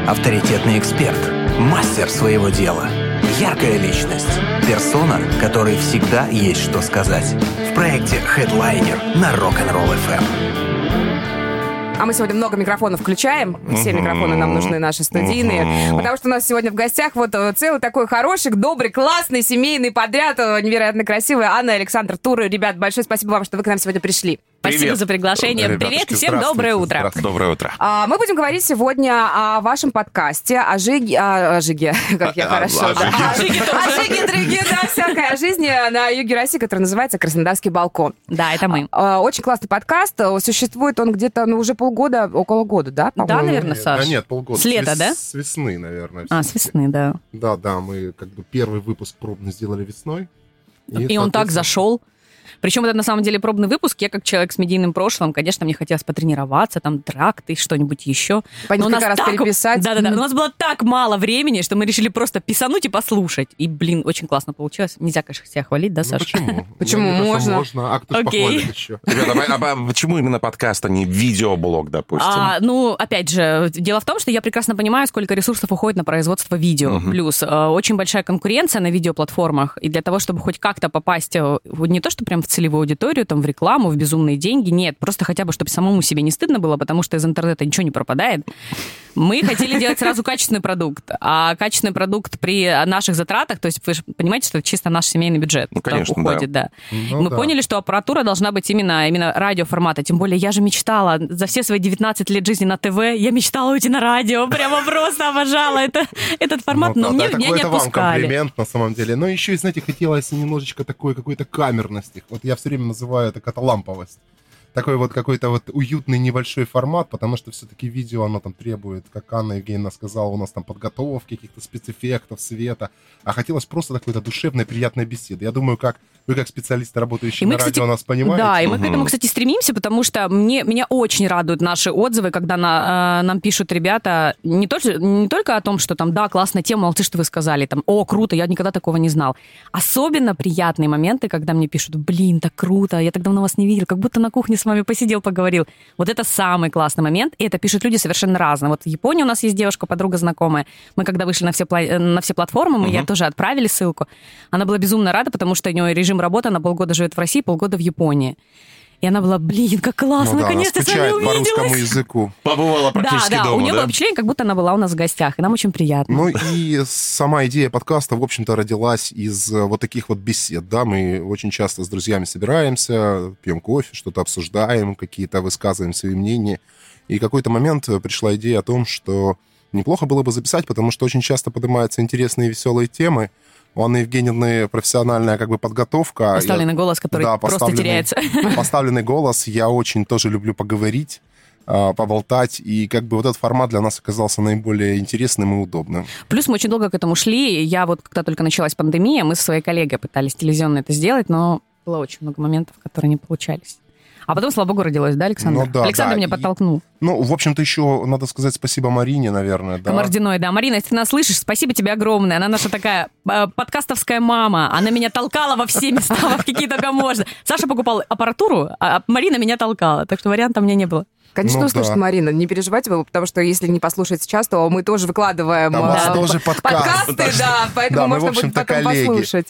Авторитетный эксперт, мастер своего дела, яркая личность, персона, которой всегда есть что сказать. В проекте Headliner на Rock'n'Roll FM. А мы сегодня много микрофонов включаем. Все микрофоны нам нужны, наши студийные. Потому что у нас сегодня в гостях вот целый такой хороший, добрый, классный, семейный подряд, невероятно красивый Анна и Александр Туры. Ребят, большое спасибо вам, что вы к нам сегодня пришли. Спасибо за приглашение. Привет и всем доброе утро. Доброе утро. Мы будем говорить сегодня о вашем подкасте, о Жиге, как я хорошо. О Жиге-Дрыге, да, всякой о жизни на юге России, который называется «Краснодарский балкон». Да, это мы. Очень классный подкаст. Существует он где-то, уже полгода, около года, да? Да, наверное, Саш? Да нет, полгода. С лета, да? С весны, наверное. С весны, да. Да, мы как бы первый выпуск пробно сделали весной. И он так зашел. Причем это на самом деле пробный выпуск. Я как человек с медийным прошлым, конечно, мне хотелось потренироваться, там, тракты, что-нибудь еще. По несколько раз переписать. Да. У нас было так мало времени, что мы решили просто писануть и послушать. И, очень классно получилось. Нельзя, конечно, себя хвалить, да, Саша? Почему? Почему? Можно. А кто ж похвалит еще? Ребята, а почему именно подкаст, а не видеоблог, допустим? Опять же, дело в том, что я прекрасно понимаю, сколько ресурсов уходит на производство видео. Плюс очень большая конкуренция на видеоплатформах. И для того, чтобы хоть как-то попасть не то, что прям в целевую аудиторию, там, в рекламу, в безумные деньги. Нет, просто хотя бы, чтобы самому себе не стыдно было, потому что из интернета ничего не пропадает. Мы хотели делать сразу качественный продукт. А качественный продукт при наших затратах, то есть вы же понимаете, что это чисто наш семейный бюджет конечно, уходит, да. Мы поняли, что аппаратура должна быть именно радиоформата. Тем более я же мечтала за все свои 19 лет жизни на ТВ, я мечтала уйти на радио, прямо просто обожала этот формат, но меня не отпускали. Вам комплимент, на самом деле. Но еще, знаете, хотелось немножечко такой какой-то камерности. Вот я все время называю это каталамповость. Такой вот какой-то вот уютный небольшой формат, потому что все-таки видео, оно там требует, как Анна Евгеньевна сказала, у нас там подготовки, каких-то спецэффектов, света. А хотелось просто какой-то душевной, приятной беседы. Я думаю, вы как специалисты, работающие на радио, нас понимаете. Да, и мы к этому, кстати, стремимся, потому что меня очень радуют наши отзывы, когда нам пишут ребята не только о том, что там, да, классная тема, молодцы, что вы сказали, там, о, круто, я никогда такого не знал. Особенно приятные моменты, когда мне пишут, блин, так круто, я так давно вас не видел, как будто на кухне с вами посидел, поговорил. Вот это самый классный момент, и это пишут люди совершенно разные. Вот в Японии у нас есть девушка, подруга знакомая. Мы когда вышли на все платформы, мы ей тоже отправили ссылку. Она была безумно рада, потому что у нее режим работы, она полгода живет в России, полгода вЯпонии. И она была, блин, как классно, наконец-то с вами увиделась. По русскому языку. Побывала практически дома, у нее было впечатление, как будто она была у нас в гостях, и нам очень приятно. Ну и сама идея подкаста, в общем-то, родилась из вот таких вот бесед, да, мы очень часто с друзьями собираемся, пьем кофе, что-то обсуждаем, какие-то высказываем свои мнения, и в какой-то момент пришла идея о том, что неплохо было бы записать, потому что очень часто поднимаются интересные и веселые темы. У Анны Евгеньевны профессиональная подготовка. Поставленный голос, который просто теряется. Поставленный голос. Я очень тоже люблю поговорить, поболтать. И вот этот формат для нас оказался наиболее интересным и удобным. Плюс мы очень долго к этому шли. Я когда только началась пандемия, мы со своей коллегой пытались телевизионно это сделать, но было очень много моментов, которые не получались. А потом, слава богу, родилось, да, Александр? Александр меня подтолкнул. В общем-то, еще надо сказать спасибо Марине, наверное. Да? Комардиной, да. Марина, если ты нас слышишь, спасибо тебе огромное. Она наша такая подкастовская мама. Она меня толкала во все места, в какие только можно. Саша покупал аппаратуру, а Марина меня толкала. Так что варианта у меня не было. Конечно, услышит Марина, не переживайте, потому что если не послушать сейчас, то мы тоже выкладываем тоже подкасты, да, поэтому можно будет потом послушать.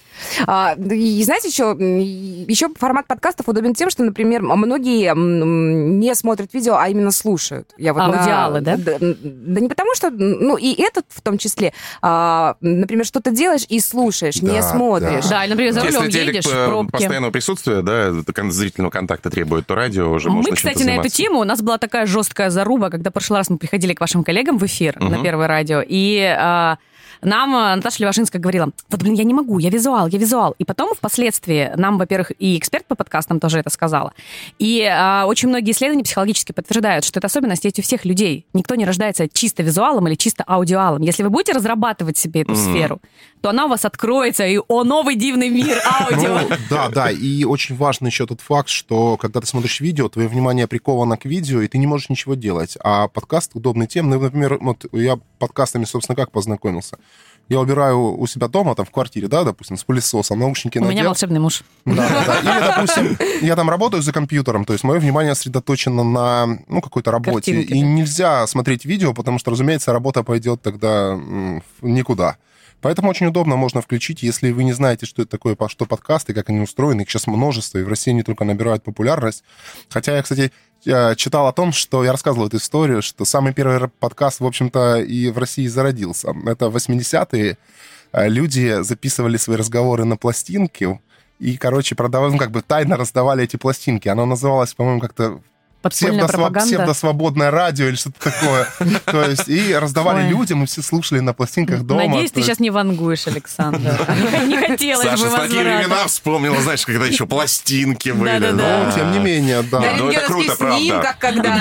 И знаете, еще формат подкастов удобен тем, что, например, многие не смотрят видео, а именно слушают. Аудиалы, да? Да не потому что, и этот в том числе, например, что-то делаешь и слушаешь, не смотришь. Да, и, например, за рулем едешь в пробке. Постоянного присутствия, да, зрительного контакта требует, то радио уже можно Мы, кстати, на эту тему, у нас была такая жесткая заруба, когда в прошлый раз мы приходили к вашим коллегам в эфир на Первое радио, и нам Наташа Левашинская говорила, я не могу, я визуал. И потом впоследствии нам, во-первых, и эксперт по подкастам тоже это сказала. И очень многие исследования психологически подтверждают, что это особенность есть у всех людей. Никто не рождается чисто визуалом или чисто аудиалом. Если вы будете разрабатывать себе эту сферу, то она у вас откроется, и новый дивный мир аудио. Да, и очень важный еще тот факт, что когда ты смотришь видео, твое внимание приковано к видео, и ты не можешь ничего делать. А подкаст удобный тем, например, я подкастами, собственно, как познакомился. Я убираю у себя дома, там, в квартире, да, допустим, с пылесосом, наушники надел. У меня волшебный муж. Да. Или, допустим, я там работаю за компьютером, то есть мое внимание сосредоточено на, какой-то работе. Картинки, и нельзя смотреть видео, потому что, разумеется, работа пойдет тогда никуда. Поэтому очень удобно можно включить, если вы не знаете, что это такое, что подкасты, как они устроены. Их сейчас множество, и в России не только набирают популярность. Хотя я, кстати, читал о том, что я рассказывал эту историю, что самый первый подкаст, в общем-то, и в России зародился. Это 80-е. Люди записывали свои разговоры на пластинки и, продавали, тайно раздавали эти пластинки. Оно называлось, по-моему, как-то псевдосвободное радио или что-то такое. То есть, и раздавали людям, и все слушали на пластинках дома. Надеюсь, ты сейчас не вангуешь, Александр. Не хотелось бы Саша, с такие времена вспомнила, знаешь, когда еще пластинки были. Но, тем не менее, да. На рентгеновских снимках, когда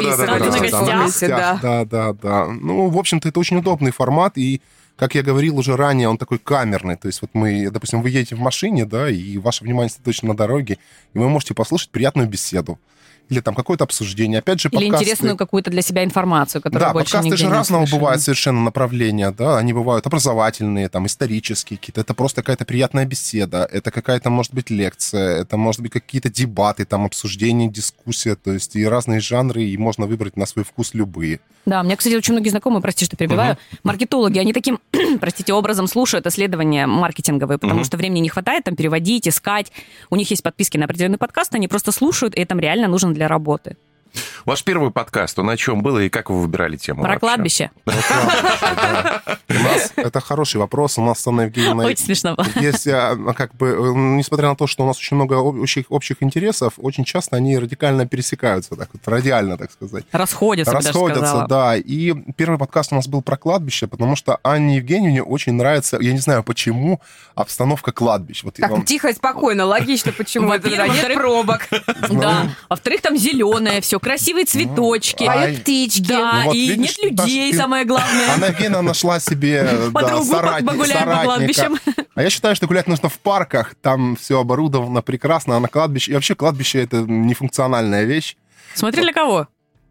записывали. Да. Ну, в общем-то, это очень удобный формат, и как я говорил уже ранее, он такой камерный. То есть вот мы, допустим, вы едете в машине, да, и ваше внимание сосредоточено на дороге, и вы можете послушать приятную беседу. Или там какое-то обсуждение. Опять же, подкасты... Или интересную какую-то для себя информацию, которую больше нигде не подкасты же разного слышали. бывают совершенно направления, да, они бывают образовательные, там, исторические какие-то, это просто какая-то приятная беседа, это какая-то, может быть, лекция, это, может быть, какие-то дебаты, там, обсуждения, дискуссия, то есть и разные жанры, и можно выбрать на свой вкус любые. Да, у меня, кстати, очень многие знакомые, прости, что перебиваю, маркетологи, они таким, образом слушают исследования маркетинговые, потому что времени не хватает там переводить, искать. У них есть подписки на определенный подкаст, они просто слушают, и это им реально нужно для работы. Ваш первый подкаст, он о чем был, и как вы выбирали тему? Про кладбище. У нас, это хороший вопрос, у нас с Анной Евгеньевной... Очень смешно. Есть, несмотря на то, что у нас очень много общих интересов, очень часто они радикально пересекаются, так вот, радиально, так сказать. Расходятся, бы даже сказала. Да. И первый подкаст у нас был про кладбище, потому что Анне Евгеньевне очень нравится, я не знаю почему, обстановка кладбищ. Вот так, тихо и спокойно, логично, почему. Нет пробок. Да. Во-вторых, там зеленое все, красивые цветочки. Поют птички. Да, вот, и видишь, нет людей, самое главное. Анна Евгеньевна нашла себе соратника. А я считаю, что гулять нужно в парках, там все оборудовано прекрасно, а на кладбище... И вообще кладбище — это нефункциональная вещь. Смотри для кого?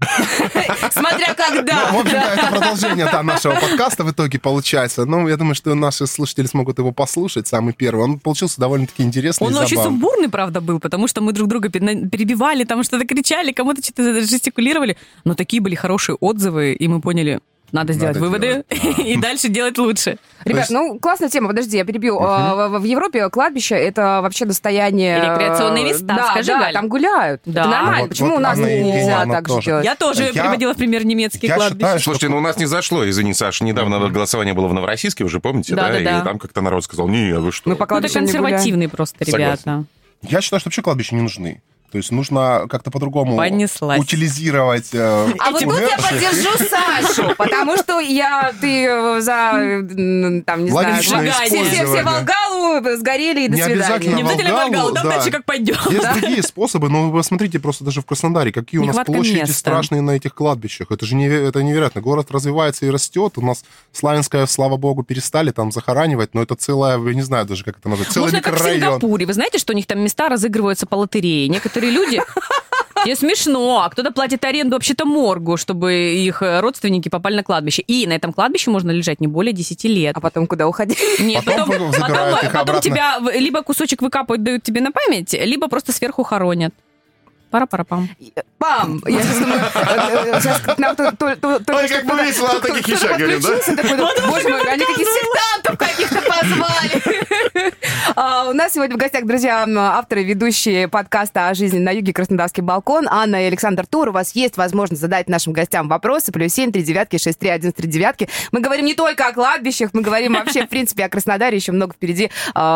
Смотря когда. В общем, это продолжение нашего подкаста в итоге получается. Ну, я думаю, что наши слушатели смогут его послушать, самый первый. Он получился довольно-таки интересный и Он забавный. очень сумбурный, правда, был, потому что мы друг друга перебивали, там что-то кричали, кому-то что-то жестикулировали. Но такие были хорошие отзывы, и мы поняли... Надо сделать выводы и дальше делать лучше. Ребят, классная тема, подожди, я перебью. В Европе кладбище — это вообще достояние... Рекреационные места, скажи, Галь. там гуляют. Да. Это нормально. Почему у нас нельзя так же делать? Я тоже приводила в пример немецкие кладбища. Слушайте, у нас не зашло, извини, Саша, недавно голосование было в Новороссийске, уже помните, да? И там как-то народ сказал, не, вы что? Мы по кладбищам не гуляем. Консервативные просто ребята. Я считаю, что вообще кладбища не нужны. То есть нужно как-то по-другому утилизировать. А вот тут я поддержу Сашу, потому что ты за, там, не знаю, все Волгалу сгорели и до свидания. Не обязательно Волгалу, там дальше как пойдет. Есть другие способы, но вы посмотрите просто даже в Краснодаре, какие у нас площади страшные на этих кладбищах. Это же невероятно. Город развивается и растет. У нас Славянское, слава богу, перестали там захоранивать, но это целая, я не знаю даже, как это назвать, целый микрорайон. Можно как в Сингапуре. Вы знаете, что у них там места разыгрываются по лотерее? Некоторые люди... Мне смешно, а кто-то платит аренду вообще-то моргу, чтобы их родственники попали на кладбище. И на этом кладбище можно лежать не более 10 лет. А потом куда уходить? Нет, потом тебя либо кусочек выкапывают, дают тебе на память, либо просто сверху хоронят. Пара-пара-пам. Пам! Я сейчас думаю, сейчас к нам Ой, как мы весело о таких вещах говорим, да? Боже мой, они каких сектантов каких-то позвали. У нас сегодня в гостях, друзья, авторы и ведущие подкаста о жизни на юге «Краснодарский балкон» Анна и Александр Тур. У вас есть возможность задать нашим гостям вопросы. +7 3девятки 631 3девятки. Мы говорим не только о кладбищах, мы говорим вообще, в принципе, о Краснодаре. Еще много впереди.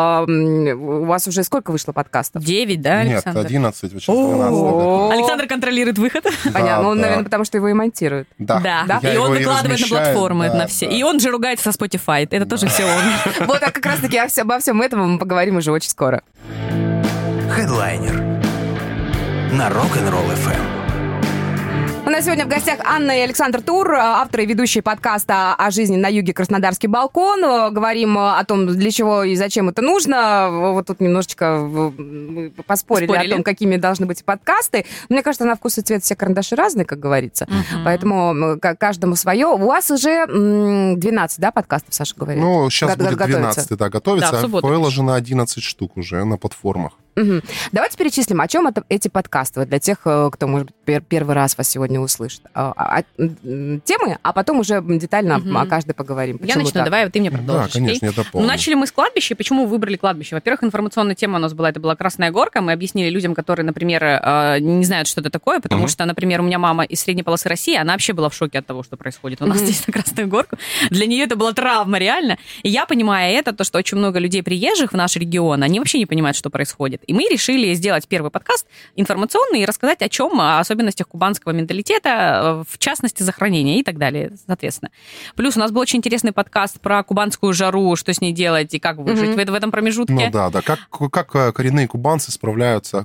У вас уже сколько вышло подкастов? 9, да, Александр? Нет, 11, вот сейчас 12. Александр контролирует выход. Понятно, ну, наверное, потому что его и монтируют. Да. И он выкладывает на платформы на все. И он же ругается со Spotify. Это тоже все он. Вот, а как раз-таки обо всем этом мы поговорим уже очень скоро. Хедлайнер на Rock'n'Roll FM. У нас сегодня в гостях Анна и Александр Тур, авторы и ведущие подкаста о жизни на юге «Краснодарский балкон». Говорим о том, для чего и зачем это нужно. Вот тут немножечко поспорили о том, какими должны быть подкасты. Мне кажется, на вкус и цвет все карандаши разные, как говорится. Поэтому каждому свое. У вас уже 12, да, подкастов, Саша говорит? Ну, сейчас будет 12, да, готовится. Да, выложено 11 штук уже на платформах. Давайте перечислим, о чем эти подкасты, для тех, кто, может быть, первый раз вас сегодня услышит. Темы, а потом уже детально о каждой поговорим. Я начну, давай ты мне продолжишь. Да, конечно, я дополню. Начали мы с кладбища. Почему выбрали кладбище? Во-первых, информационная тема у нас была, это была Красная Горка. Мы объяснили людям, которые, например, не знают, что это такое, потому что, например, у меня мама из средней полосы России, она вообще была в шоке от того, что происходит у нас здесь на Красную Горку. Для нее это была травма, реально. И я понимаю это, то, что очень много людей приезжих в наш регион, они вообще не понимают, что происходит. И мы решили сделать первый подкаст информационный и рассказать о чем, о особенностях кубанского менталитета, в частности, захоронения и так далее, соответственно. Плюс у нас был очень интересный подкаст про кубанскую жару, что с ней делать и как выжить в этом промежутке. Ну да, как коренные кубанцы справляются,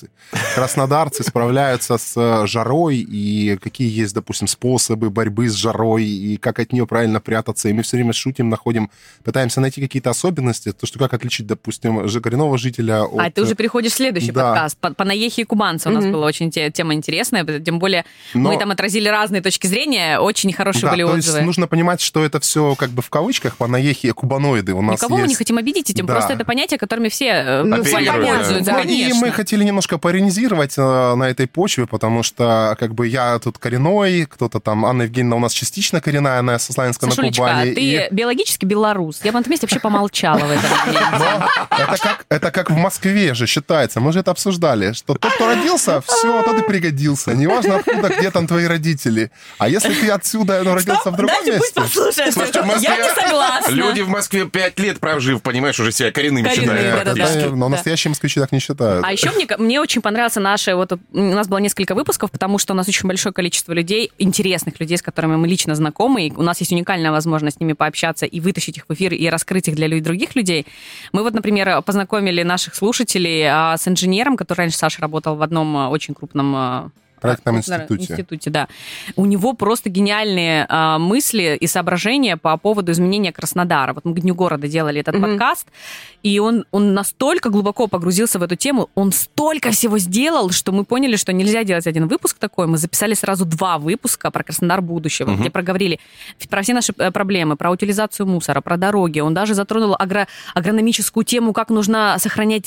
краснодарцы справляются с жарой, и какие есть, допустим, способы борьбы с жарой, и как от нее правильно прятаться. И мы все время шутим, пытаемся найти какие-то особенности, то, что как отличить, допустим, коренного жителя от... А ты уже переходишь в следующий подкаст. По наехе и кубанцы у нас была очень тема интересная, тем более мы там отразили разные точки зрения, очень хорошие были отзывы. То есть нужно понимать, что это все как бы в кавычках по наехе кубаноиды. У нас никого мы не хотим обидеть этим, просто это понятие, которыми все пользуются. И мы хотели немножко поиронизировать на этой почве, потому что как бы я тут коренной, кто-то там, Анна Евгеньевна у нас частично коренная, она со Славянска на Кубани. Ты биологически белорус. Я бы на этом месте вообще помолчала в этом моменте. Это как в Москве же считается, мы же это обсуждали, что тот, кто родился, все, тот и пригодился. Неважно откуда, где там твои родители. А если ты отсюда родился в другом месте... Слушайте, я не согласна. Люди в Москве 5 лет прожив, понимаешь, уже себя коренными считают. Но настоящие москвичи так не считают. А еще мне очень понравился у нас было несколько выпусков, потому что у нас очень большое количество людей, интересных людей, с которыми мы лично знакомы, и у нас есть уникальная возможность с ними пообщаться и вытащить их в эфир, и раскрыть их для других людей. Мы вот, например, познакомили наших слушателей с инженером, который раньше, Саша, работал в одном очень крупном... проектном институте. Да. У него просто гениальные мысли и соображения по поводу изменения Краснодара. Вот мы к Дню города делали этот подкаст, и он настолько глубоко погрузился в эту тему, он столько всего сделал, что мы поняли, что нельзя делать один выпуск такой. Мы записали сразу 2 выпуска про Краснодар будущего, где проговорили про все наши проблемы, про утилизацию мусора, про дороги. Он даже затронул агрономическую тему, как нужно сохранять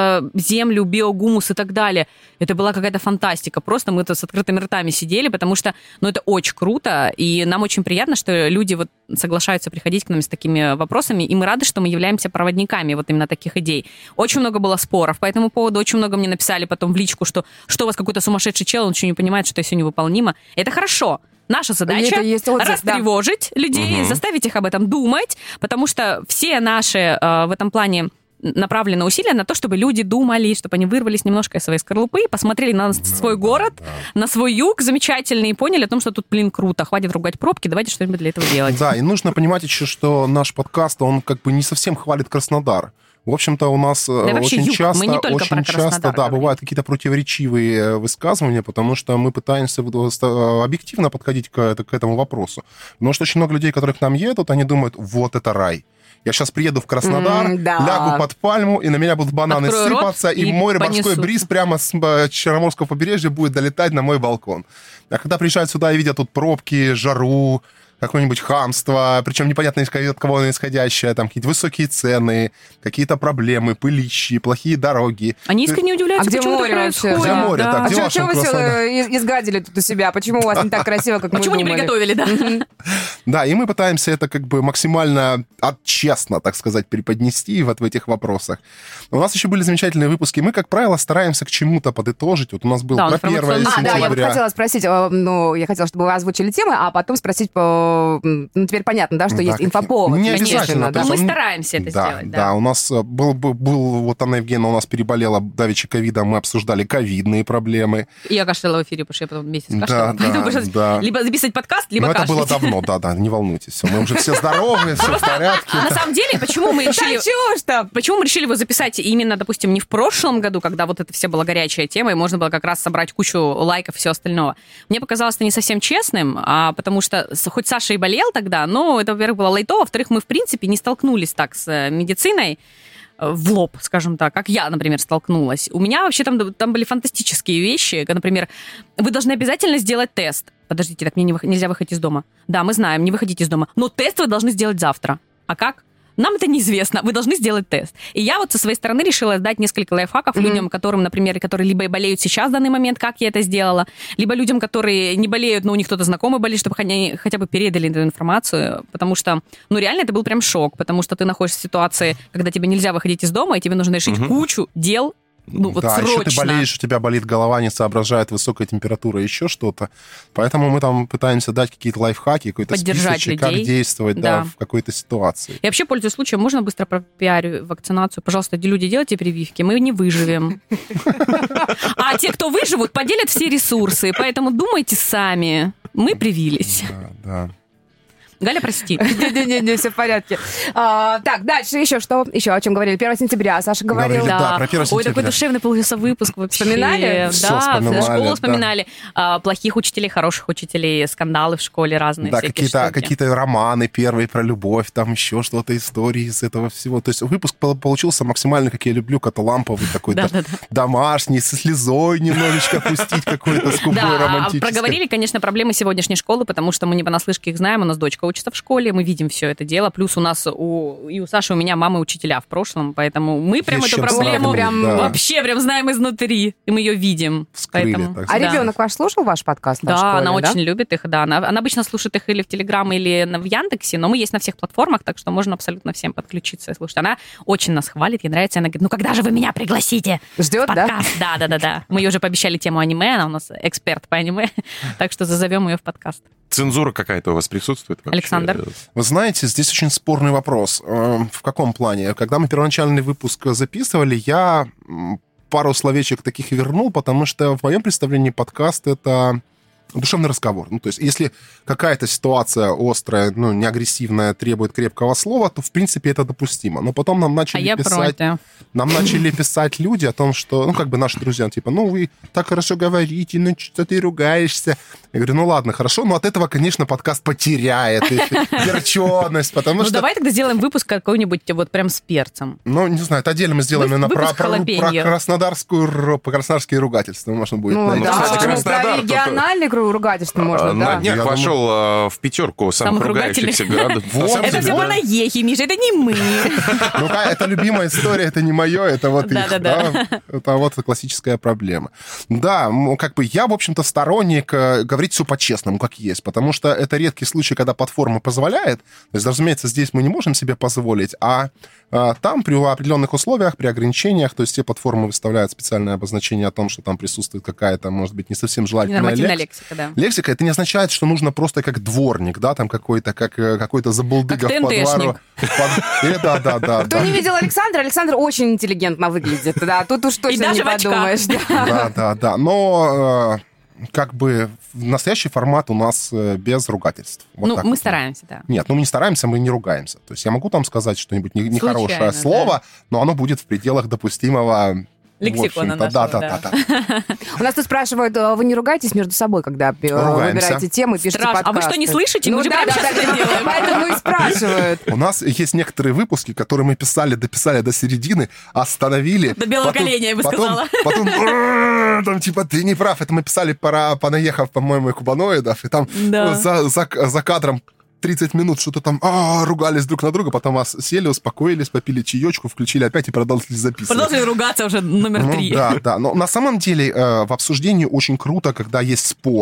землю, биогумус и так далее. Это была какая-то фантастика. Просто мы с открытыми ртами сидели, потому что, это очень круто, и нам очень приятно, что люди вот соглашаются приходить к нам с такими вопросами, и мы рады, что мы являемся проводниками вот именно таких идей. Очень много было споров по этому поводу, очень много мне написали потом в личку, что у вас какой-то сумасшедший чел, он еще не понимает, что это все невыполнимо. Это хорошо. Наша задача растревожить людей, заставить их об этом думать, потому что все наши в этом плане направлены усилия на то, чтобы люди думали, чтобы они вырвались немножко из своей скорлупы, посмотрели на свой город, на свой юг замечательный и поняли о том, что тут, круто, хватит ругать пробки, давайте что-нибудь для этого делать. Да, и нужно понимать еще, что наш подкаст, он как бы не совсем хвалит Краснодар. В общем-то, у нас очень часто бывают какие-то противоречивые высказывания, потому что мы пытаемся объективно подходить к этому вопросу. Потому что очень много людей, которые к нам едут, они думают, вот это рай. Я сейчас приеду в Краснодар, лягу под пальму, и на меня будут бананы открою сыпаться, и мой морской бриз прямо с Черноморского побережья будет долетать на мой балкон. А когда приезжают сюда и видят тут пробки, жару, какое-нибудь хамство, причем непонятно, от кого оно исходящее, там какие-то высокие цены, какие-то проблемы, пылищи, плохие дороги. Они искренне удивляются, почему это происходит. Где море? Да. А что вы все изгадили тут у себя? Почему у вас не так красиво, как мы думали? Почему не приготовили, да? Да, и мы пытаемся это как бы максимально честно, так сказать, преподнести в этих вопросах. У нас еще были замечательные выпуски. Мы, как правило, стараемся к чему-то подытожить. Вот у нас был про 1 сентября. Да, я хотела спросить, я хотела, чтобы вы озвучили темы, а потом спросить по теперь понятно, да, что есть инфоповод. Не обязательно. Да. Мы стараемся это сделать. Да, у нас был, вот Анна Евгеньевна у нас переболела давеча ковидом, мы обсуждали ковидные проблемы. Я кашляла в эфире, потому что я потом месяц кашляла. Да. Либо записывать подкаст, либо кашлять. Это было давно, да, не волнуйтесь. Все, мы уже все здоровы, все в порядке. На самом деле, почему мы решили его записать именно, допустим, не в прошлом году, когда вот это все была горячая тема, и можно было как раз собрать кучу лайков и всего остального. Мне показалось это не совсем честным, потому что хоть Саша и болел тогда, но это, во-первых, было лайтово, во-вторых, мы, в принципе, не столкнулись так с медициной в лоб, скажем так, как я, например, столкнулась. У меня вообще там были фантастические вещи, как, например, вы должны обязательно сделать тест. Подождите, так мне нельзя выходить из дома. Да, мы знаем, не выходите из дома, но тест вы должны сделать завтра. А как? Нам это неизвестно, вы должны сделать тест. И я вот со своей стороны решила дать несколько лайфхаков людям, которым, например, которые либо и болеют сейчас в данный момент, как я это сделала, либо людям, которые не болеют, но у них кто-то знакомый болеет, чтобы они хотя бы передали эту информацию, потому что, реально это был прям шок, потому что ты находишься в ситуации, когда тебе нельзя выходить из дома, и тебе нужно решить кучу дел, вот да, срочно. еще ты болеешь, у тебя болит голова, не соображает высокая температура, еще что-то. Поэтому мы там пытаемся дать какие-то лайфхаки, какой-то списочек, как действовать в какой-то ситуации. И вообще, пользуясь случаем, можно быстро пропиарю вакцинацию? Пожалуйста, люди, делайте прививки, мы не выживем. А те, кто выживут, поделят все ресурсы, поэтому думайте сами. Мы привились. Да. Галя, прости. Не, все в порядке. Так, дальше еще что? Еще о чем говорили? 1 сентября Саша говорил. Да, про 1 сентября. Ой, такой душевный получился выпуск вообще. Вспоминали? Да, школу вспоминали. Плохих учителей, хороших учителей, скандалы в школе разные. Да, какие-то романы первые про любовь, там еще что-то, истории из этого всего. То есть выпуск получился максимально, как я люблю, каталамповый такой, домашний, со слезой немножечко пустить какой-то скупой романтический. Проговорили, конечно, проблемы сегодняшней школы, потому что мы не понаслышке их знаем, у нас дочка учится в школе, мы видим все это дело. Плюс у нас, и у Саши, у меня мамы учителя в прошлом, поэтому мы прям эту проблему вообще прям знаем изнутри, и мы ее видим. Вскрыли, а ребенок ваш слушал ваш подкаст? Да, она очень любит их, да. Она обычно слушает их или в Телеграм, или в Яндексе, но мы есть на всех платформах, так что можно абсолютно всем подключиться и слушать. Она очень нас хвалит, ей нравится, она говорит, когда же вы меня пригласите? Ждет, подкаст? Да. Мы ей уже пообещали тему аниме, она у нас эксперт по аниме, так что зазовем ее в подкаст. Цензура какая-то у вас присутствует? Вообще? Александр? Вы знаете, здесь очень спорный вопрос. В каком плане? Когда мы первоначальный выпуск записывали, я пару словечек таких вернул, потому что в моем представлении подкаст — это душевный разговор. То есть, если какая-то ситуация острая, не агрессивная, требует крепкого слова, то, в принципе, это допустимо. Но потом нам начали писать люди о том, что, наши друзья, типа, вы так хорошо говорите, что ты ругаешься. Я говорю, ладно, хорошо, но от этого, конечно, подкаст потеряет перченость, потому что... давай тогда сделаем выпуск какой-нибудь вот прям с перцем. Не знаю, это отдельно мы сделаем именно про краснодарские ругательства можно будет найти. Про региональный ругательство можно, да. На днях вошел в пятерку самых ругающихся городов. Это все монахи, Миша, это не мы. Это любимая история, это не мое, это вот их. Это вот классическая проблема. Да, я, в общем-то, сторонник говорить все по-честному, как есть, потому что это редкий случай, когда платформа позволяет. То есть, разумеется, здесь мы не можем себе позволить, а там при определенных условиях, при ограничениях, то есть те платформы выставляют специальное обозначение о том, что там присутствует какая-то, может быть, не совсем желательная лексика. Да. Лексика, это не означает, что нужно просто как дворник, да, там какой-то забулдыга в подвару. Да. Кто не видел Александра, Александр очень интеллигентно выглядит, да, тут уж точно не подумаешь. Да, но настоящий формат у нас без ругательств. Мы стараемся, да. Нет, мы не стараемся, мы не ругаемся. То есть я могу там сказать что-нибудь нехорошее слово, но оно будет в пределах допустимого... Лексикона нашего, да. У нас тут спрашивают, вы не ругаетесь между собой, когда выбираете темы, пишете подкасты? А вы что, не слышите? Мы же прямо сейчас это делаем. Поэтому и спрашивают. У нас есть некоторые выпуски, которые мы дописали до середины, остановили. До белого коленя, я бы сказала. Потом, ты не прав. Это мы писали понаехав, по-моему, кубаноидов, и там за кадром 30 минут что-то там ругались друг на друга, потом сели, успокоились, попили чаечку, включили опять и продолжили записывать. Продолжили ругаться уже номер 3. Да. Но на самом деле в обсуждении очень круто, когда есть спор.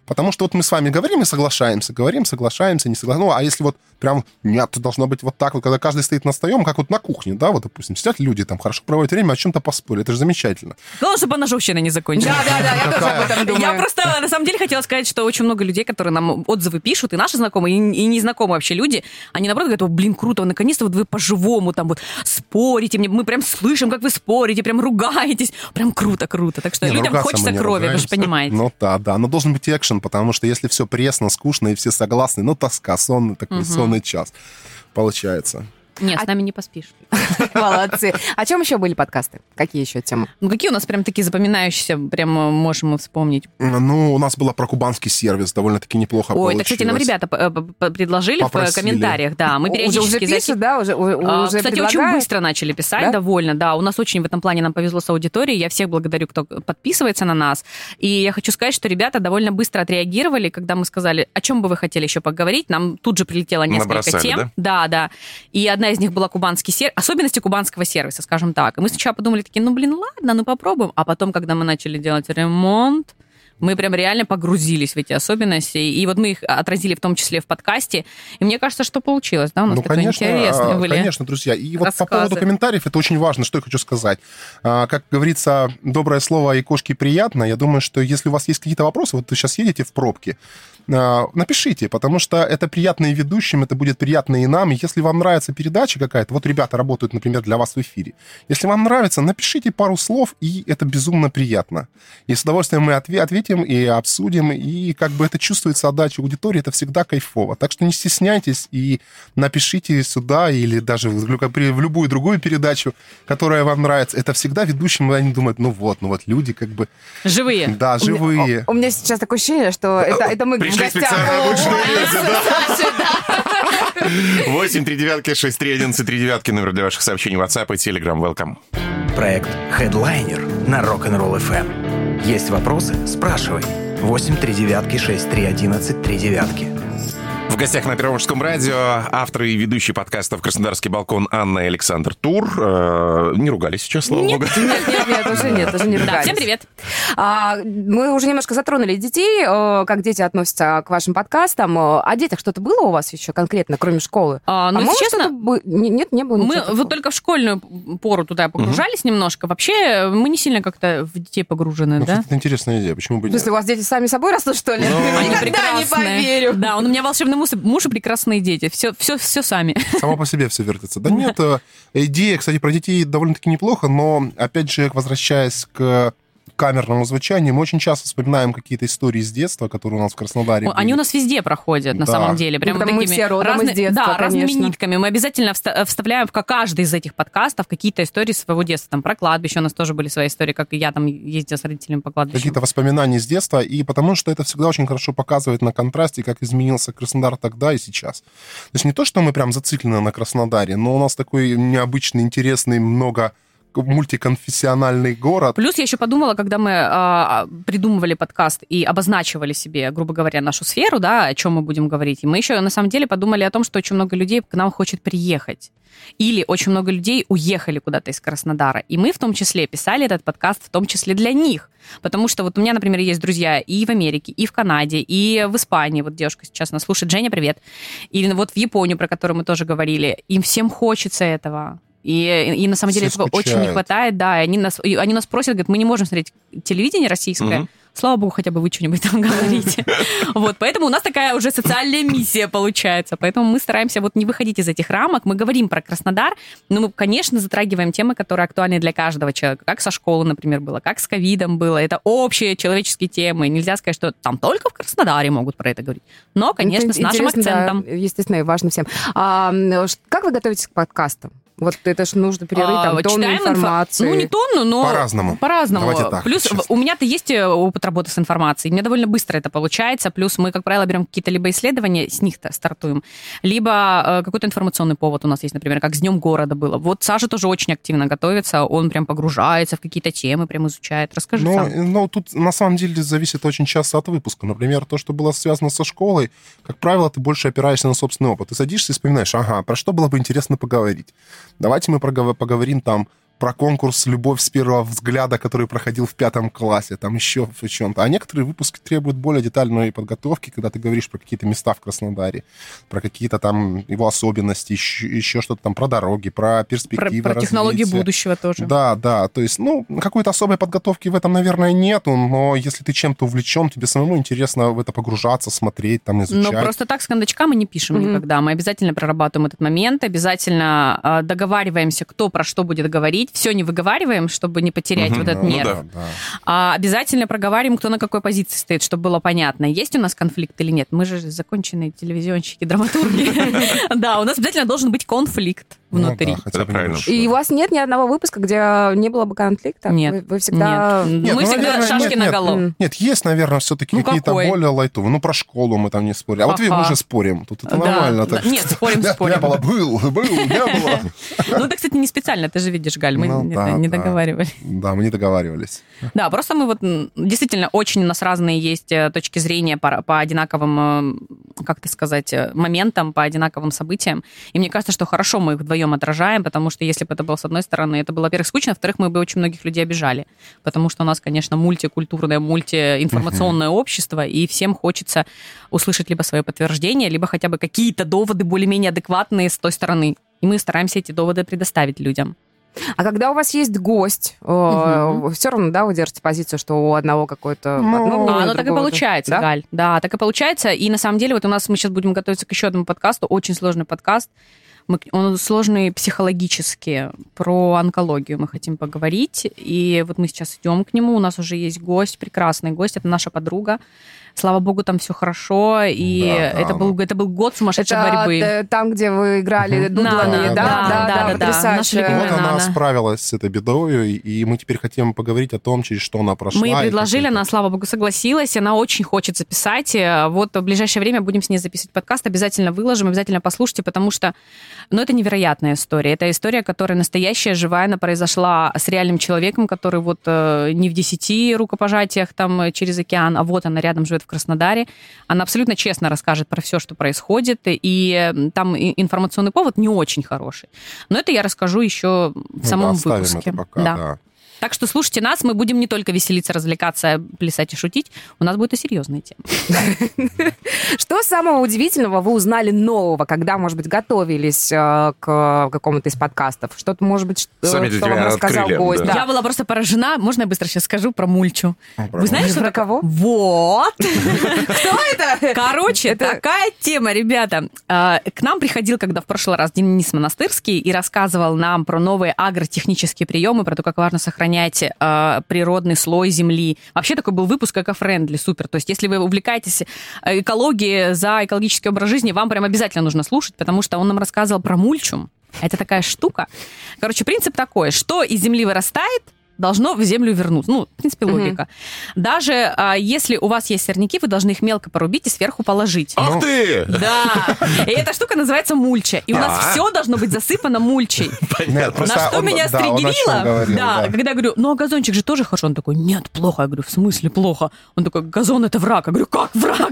Потому что вот мы с вами говорим и соглашаемся, не соглашаемся. Ну, а если вот прям, нет, должно быть вот так вот, когда каждый стоит над стоем, как вот на кухне, да, вот, допустим, сидят люди там, хорошо проводят время, о чем-то поспорили, это же замечательно. Главное, чтобы она жовчина не закончилась. Да, я тоже об этом думаю. Я просто, на самом деле, хотела сказать, что очень много людей, которые нам отзывы пишут, и наши знакомые, и незнакомые вообще люди, они, наоборот, говорят, блин, круто, наконец-то вот вы по-живому там вот спорите, мы прям слышим, как вы спорите, прям ругаетесь, прям круто. Так что людям хочется крови, вы же понимаете. Ну да, но должен быть экшен, потому что если все пресно, скучно и все согласны, ну тоска, сонный такой, сонный час получается. Нет, с нами не поспишь. Молодцы. О чем еще были подкасты? Какие еще темы? Ну, какие у нас прям такие запоминающиеся, прям можем мы вспомнить? Ну, у нас было про кубанский сервис, довольно-таки неплохо получилось. Это, кстати, нам ребята предложили в комментариях, да, мы периодически... Уже пишут, да? Уже кстати, очень быстро начали писать, довольно, да. У нас очень в этом плане нам повезло с аудиторией. Я всех благодарю, кто подписывается на нас. И я хочу сказать, что ребята довольно быстро отреагировали, когда мы сказали, о чем бы вы хотели еще поговорить. Нам тут же прилетело несколько тем. Да. И одна из них была кубанский сервис, особенности кубанского сервиса, скажем так. И мы сначала подумали такие, ладно, попробуем. А потом, когда мы начали делать ремонт, мы прям реально погрузились в эти особенности. И вот мы их отразили в том числе в подкасте. И мне кажется, что получилось, да? У нас такое интересное были. Конечно, друзья. И вот по поводу комментариев, это очень важно, что я хочу сказать. Как говорится, доброе слово и кошке приятно. Я думаю, что если у вас есть какие-то вопросы, вот вы сейчас едете в пробке, напишите, потому что это приятно и ведущим, это будет приятно и нам. И если вам нравится передача какая-то, вот ребята работают, например, для вас в эфире. Если вам нравится, напишите пару слов, и это безумно приятно. И с удовольствием мы ответим и обсудим, и как бы это чувствуется отдача аудитории, это всегда кайфово. Так что не стесняйтесь и напишите сюда или даже в любую другую передачу, которая вам нравится. Это всегда ведущим, они думают, ну вот, люди как бы... Живые. Да, живые. У меня сейчас такое ощущение, что это мы в гостях. 8-3-9-6-3-11-3-9 номер для ваших сообщений в WhatsApp и Telegram. Welcome. Проект Headliner на Rock'n'Roll FM. Есть вопросы? Спрашивай. 8-3-9-6-3-11-3-9. В гостях на Первом мужском радио авторы и ведущие подкастов «Краснодарский балкон» Анна и Александр Тур. Не ругались сейчас, слава богу. Нет, уже не ругались. Всем привет. Мы уже немножко затронули детей, как дети относятся к вашим подкастам. О детях что-то было у вас еще конкретно, кроме школы? Ну, честно, нет, не было ничего. Мы вот только в школьную пору туда погружались немножко. Вообще, мы не сильно как-то в детей погружены, да? Это интересная идея, почему бы нет? Если у вас дети сами собой растут, что ли? Они никогда не поверю. Да, у меня волшебный муж и прекрасные дети. Все сами. Само по себе все вертится. Да нет, идея, кстати, про детей довольно-таки неплохо, но, опять же, возвращаясь к камерному звучанию, мы очень часто вспоминаем какие-то истории с детства, которые у нас в Краснодаре были. Они у нас везде проходят, на самом деле. Прям такими мы все родом из детства, разными нитками. Мы обязательно вставляем в каждый из этих подкастов какие-то истории своего детства. Там про кладбище у нас тоже были свои истории, как и я там ездила с родителями по кладбищу. Какие-то воспоминания с детства, и потому что это всегда очень хорошо показывает на контрасте, как изменился Краснодар тогда и сейчас. То есть не то, что мы прям зациклены на Краснодаре, но у нас такой необычный, интересный, мультиконфессиональный город. Плюс я еще подумала, когда мы придумывали подкаст и обозначивали себе, грубо говоря, нашу сферу, да, о чем мы будем говорить, и мы еще на самом деле подумали о том, что очень много людей к нам хочет приехать. Или очень много людей уехали куда-то из Краснодара. И мы в том числе писали этот подкаст в том числе для них. Потому что вот у меня, например, есть друзья и в Америке, и в Канаде, и в Испании. Вот девушка сейчас нас слушает. Женя, привет. Или вот в Японию, про которую мы тоже говорили. Им всем хочется этого. И на самом деле этого очень не хватает, да. Они нас просят, говорят, мы не можем смотреть телевидение российское. Слава богу, хотя бы вы что-нибудь там говорите. Вот, поэтому у нас такая уже социальная миссия получается. Поэтому мы стараемся вот не выходить из этих рамок. Мы говорим про Краснодар, но мы, конечно, затрагиваем темы, которые актуальны для каждого человека. Как со школы, например, было, как с ковидом было. Это общие человеческие темы. Нельзя сказать, что там только в Краснодаре могут про это говорить. Но, конечно, с нашим акцентом. Да, естественно, и важно всем. Как вы готовитесь к подкастам? Вот это ж нужно перерыть там тонну информации. Ну, не тонну, но... По-разному. Плюс у меня-то есть опыт работы с информацией. Мне довольно быстро это получается. Плюс мы, как правило, берем какие-то либо исследования, с них стартуем, либо какой-то информационный повод у нас есть, например, как с Днем города было. Вот Саша тоже очень активно готовится. Он прям погружается в какие-то темы, прям изучает. Расскажи сам. Ну, тут на самом деле зависит очень часто от выпуска. Например, то, что было связано со школой, как правило, ты больше опираешься на собственный опыт. Ты садишься и вспоминаешь, про что было бы интересно поговорить. Давайте мы поговорим там про конкурс «Любовь с первого взгляда», который проходил в 5 классе, там еще в чем-то. А некоторые выпуски требуют более детальной подготовки, когда ты говоришь про какие-то места в Краснодаре, про какие-то там его особенности, еще что-то там про дороги, про перспективы Про технологии развития. будущего тоже. Да, то есть, какой-то особой подготовки в этом, наверное, нету, но если ты чем-то увлечен, тебе самому интересно в это погружаться, смотреть, там, изучать. Но просто так с кондачка мы не пишем никогда. Мы обязательно прорабатываем этот момент, обязательно договариваемся, кто про что будет говорить. Все не выговариваем, чтобы не потерять вот этот нерв. Обязательно проговариваем, кто на какой позиции стоит, чтобы было понятно, есть у нас конфликт или нет. Мы же законченные телевизионщики, драматурги. Да, у нас обязательно должен быть конфликт внутри. Это правильно. И у вас нет ни одного выпуска, где не было бы конфликта? Нет. Вы всегда... Нет. Мы всегда шашки наголо. Нет, есть, наверное, все-таки какие-то более лайтовые. Про школу мы там не спорим. А вот мы уже спорим. Тут это нормально. Нет, спорим. Не было, был, не было. Ну, это, кстати, не специально, ты же видишь, Галь, мы не договаривались. Да, мы не договаривались. Да, просто мы вот действительно очень у нас разные есть точки зрения по одинаковым, как это сказать, моментам, по одинаковым событиям. И мне кажется, что хорошо мы их вдвоем отражаем, потому что если бы это было с одной стороны, это было, во-первых, скучно, во-вторых, мы бы очень многих людей обижали. Потому что у нас, конечно, мультикультурное, мультиинформационное общество, и всем хочется услышать либо свое подтверждение, либо хотя бы какие-то доводы более-менее адекватные с той стороны. И мы стараемся эти доводы предоставить людям. А когда у вас есть гость, все равно, да, вы держите позицию, что у одного какой-то... оно так и получается, да? Галь. Да, так и получается. И на самом деле вот у нас мы сейчас будем готовиться к еще одному подкасту, очень сложный подкаст. Он сложный психологически, про онкологию мы хотим поговорить. И вот мы сейчас идем к нему, у нас уже есть гость, прекрасный гость, это наша подруга. Слава богу, там все хорошо, и это был год сумасшедшей борьбы. Это там, где вы играли дудлами, да, потрясающе. Вот она справилась с этой бедой, и мы теперь хотим поговорить о том, через что она прошла. Мы ей предложили, она, слава богу, согласилась, она очень хочет записать. Вот в ближайшее время будем с ней записывать подкаст, обязательно выложим, обязательно послушайте, потому что, это невероятная история. Это история, которая настоящая, живая, она произошла с реальным человеком, который вот не в 10 рукопожатиях там через океан, а вот она рядом живет в Краснодаре. Она абсолютно честно расскажет про все, что происходит, и там информационный повод не очень хороший. Но это я расскажу еще в самом выпуске. Это пока, да. Так что слушайте нас, мы будем не только веселиться, развлекаться, плясать и шутить, у нас будет и серьезная тема. Что самого удивительного вы узнали нового, когда, может быть, готовились к какому-то из подкастов? Что-то, может быть, что вам рассказал гость? Я была просто поражена. Можно я быстро сейчас скажу про мульчу? Вы знаете, что про кого? Вот! Кто это? Короче, такая тема, ребята. К нам приходил, когда в прошлый раз Денис Монастырский и рассказывал нам про новые агротехнические приемы, про то, как важно сохранять природный слой земли. Вообще такой был выпуск эко-френдли, супер. То есть если вы увлекаетесь экологией, за экологический образ жизни, вам прям обязательно нужно слушать, потому что он нам рассказывал про мульчу. Это такая штука. Короче, принцип такой, что из земли вырастает, должно в землю вернуться. В принципе, логика. Даже если у вас есть сорняки, вы должны их мелко порубить и сверху положить. Ах ты! Да. И эта штука называется мульча. И у нас все должно быть засыпано мульчей. Понятно. На что меня стригерило? Да, когда я говорю, а газончик же тоже хорошо. Он такой, нет, плохо. Я говорю, в смысле плохо? Он такой, газон это враг. Я говорю, как враг?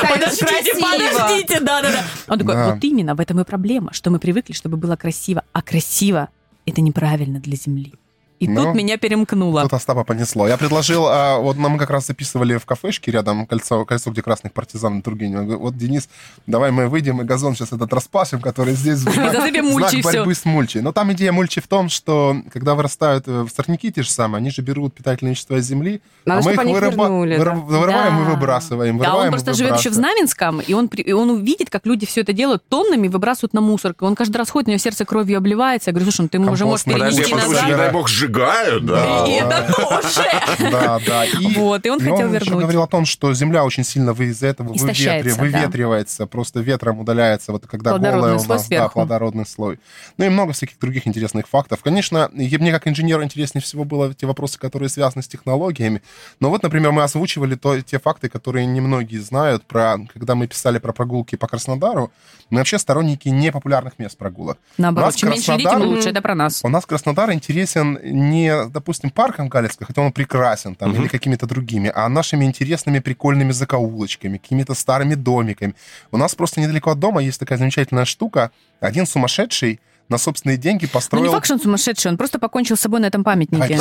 Подождите. Да. Он такой, вот именно, в этом и проблема, что мы привыкли, чтобы было красиво. А красиво это неправильно для земли. И тут меня перемкнуло. Тут Остапа понесло. Я предложил, вот мы как раз записывали в кафешке рядом кольцо, где красных партизан на Тургенева. Я говорю, вот, Денис, давай мы выйдем и газон сейчас этот распашем, который здесь знак борьбы с мульчей. Но там идея мульчи в том, что когда вырастают сорняки те же самые, они же берут питательные вещества из земли, а мы их вырываем и выбрасываем. Да, он просто живет еще в Знаменском, и он увидит, как люди все это делают тоннами, выбрасывают на мусорку. Он каждый раз ходит, у него сердце кровью обливается. Я говорю, слушай, ты уже можешь перенести назад. Не дай бог, сжигают, да. И это тоже. Да. И он хотел вернуть. Он говорил о том, что земля очень сильно из-за этого выветривается, просто ветром удаляется, вот когда голая у нас, плодородный слой. Ну и много всяких других интересных фактов. Конечно, мне как инженеру интереснее всего было те вопросы, которые связаны с технологиями. Но вот, например, мы озвучивали те факты, которые немногие знают, когда мы писали про прогулки по Краснодару. Мы вообще сторонники непопулярных мест прогулок. Наоборот, чем меньше людей, тем лучше. Это про нас. У нас Краснодар интересен не, допустим, парком Галицкого, хотя он прекрасен, там, или какими-то другими, а нашими интересными, прикольными закоулочками, какими-то старыми домиками. У нас просто недалеко от дома есть такая замечательная штука. Один сумасшедший на собственные деньги построил... Ну, не факт, что он сумасшедший, он просто покончил с собой на этом памятнике.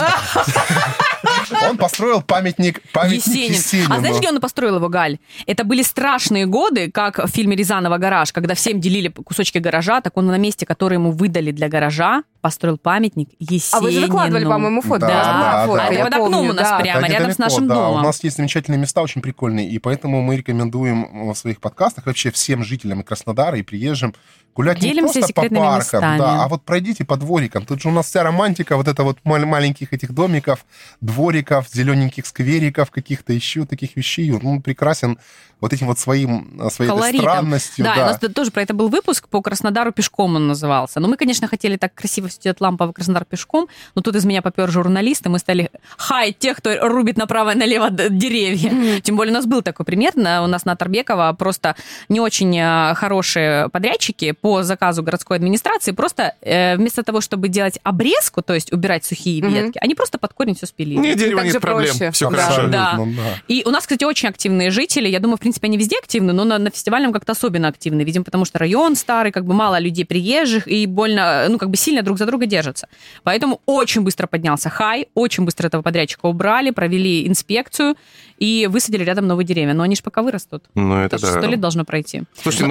Он построил памятник Есенину. А знаешь, где он построил его, Галь? Это были страшные годы, как в фильме «Рязанова гараж», когда всем делили кусочки гаража, так он на месте, который ему выдали для гаража, построил памятник Есенину. А вы же выкладывали, по-моему, фото. Да. Фото, Это я под окном помню, у нас да. прямо, Да, рядом недалеко, с нашим да. домом. У нас есть замечательные места, очень прикольные, и поэтому мы рекомендуем в своих подкастах вообще всем жителям и Краснодара, и приезжим гулять не Делимся просто по секретными паркам, местами. да, а вот пройдите по дворикам. Тут же у нас вся романтика вот это вот маленьких этих домиков, двориков, зелененьких сквериков, каких-то еще таких вещей. Он прекрасен вот этим вот своей этой странностью. Да, у нас тоже про это был выпуск, по Краснодару пешком он назывался. Но мы, конечно, хотели так красиво все делать лампово Краснодар пешком, но тут из меня попер журналист, и мы стали хаять тех, кто рубит направо и налево деревья. Тем более у нас был такой пример, у нас на Тарбекова просто не очень хорошие подрядчики по заказу городской администрации, просто вместо того, чтобы делать обрезку, то есть убирать сухие ветки, они просто под корень все спилили. Не, дерево Так нет же проблем, проще. все Да. хорошо. Да. Ну, да. И у нас, кстати, очень активные жители. Я думаю, в принципе, они везде активны, но на фестивальном как-то особенно активны. Видимо, потому что район старый, как бы мало людей приезжих и больно, ну, как бы сильно друг за друга держатся. Поэтому очень быстро поднялся хай, очень быстро этого подрядчика убрали, провели инспекцию и высадили рядом новые деревья. Но они же пока вырастут. Ну, это Это же да. 100 лет должно пройти. Слушайте,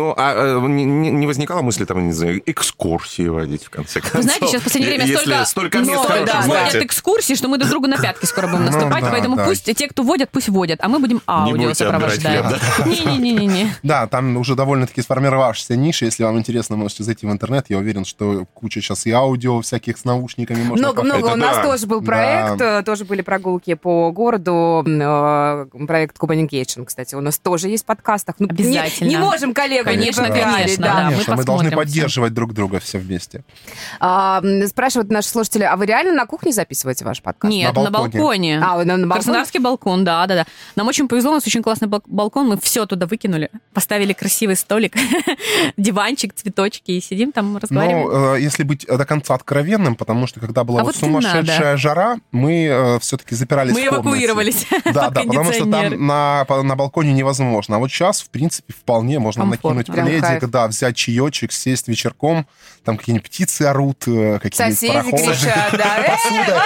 не возникала мысли там, не знаю, экскурсии водить, в конце концов? Вы знаете, сейчас в последнее время Если столько мест хороших, водят знаете. экскурсии, что мы друг другу на пятки скоро будем наступать, да, поэтому да. пусть те, кто водят, пусть водят, а мы будем аудио будете отбирать сопровождать. хлеб, Не-не-не-не. Да, там уже довольно-таки сформировавшаяся ниша. Если вам интересно, можете зайти в интернет. Я уверен, что куча сейчас и аудио всяких с наушниками можно Много-много. Это У нас да. тоже был проект, тоже были прогулки по городу, проект Communication, кстати, у нас тоже есть в подкастах. Ну, Обязательно. Не можем коллегу не Конечно, похвалить, конечно, да. да. Конечно, мы посмотрим должны всё. поддерживать друг друга все вместе. Спрашивают наши слушатели, а вы реально на кухне записываете ваш подкаст? Нет, На на балконе. балконе. А, вы на балконе? Краснодарский балкон, да. Нам очень повезло, у нас очень классный балкон, мы все туда выкинули, поставили красивый столик, диванчик, цветочки, и сидим там, разговариваем. Ну, если быть до конца откровенным, потому что когда была А вот вот не сумасшедшая надо. жара, мы все-таки запирались Мы в комнате. эвакуировались. Да, под потому что кондиционер. там на балконе невозможно. А вот сейчас, в принципе, вполне можно Комфортно. накинуть Прям пледик, кайф. да, взять чаечек, сесть вечерком, там какие-нибудь птицы орут, какие-нибудь Соседи прохожие. кричат, да.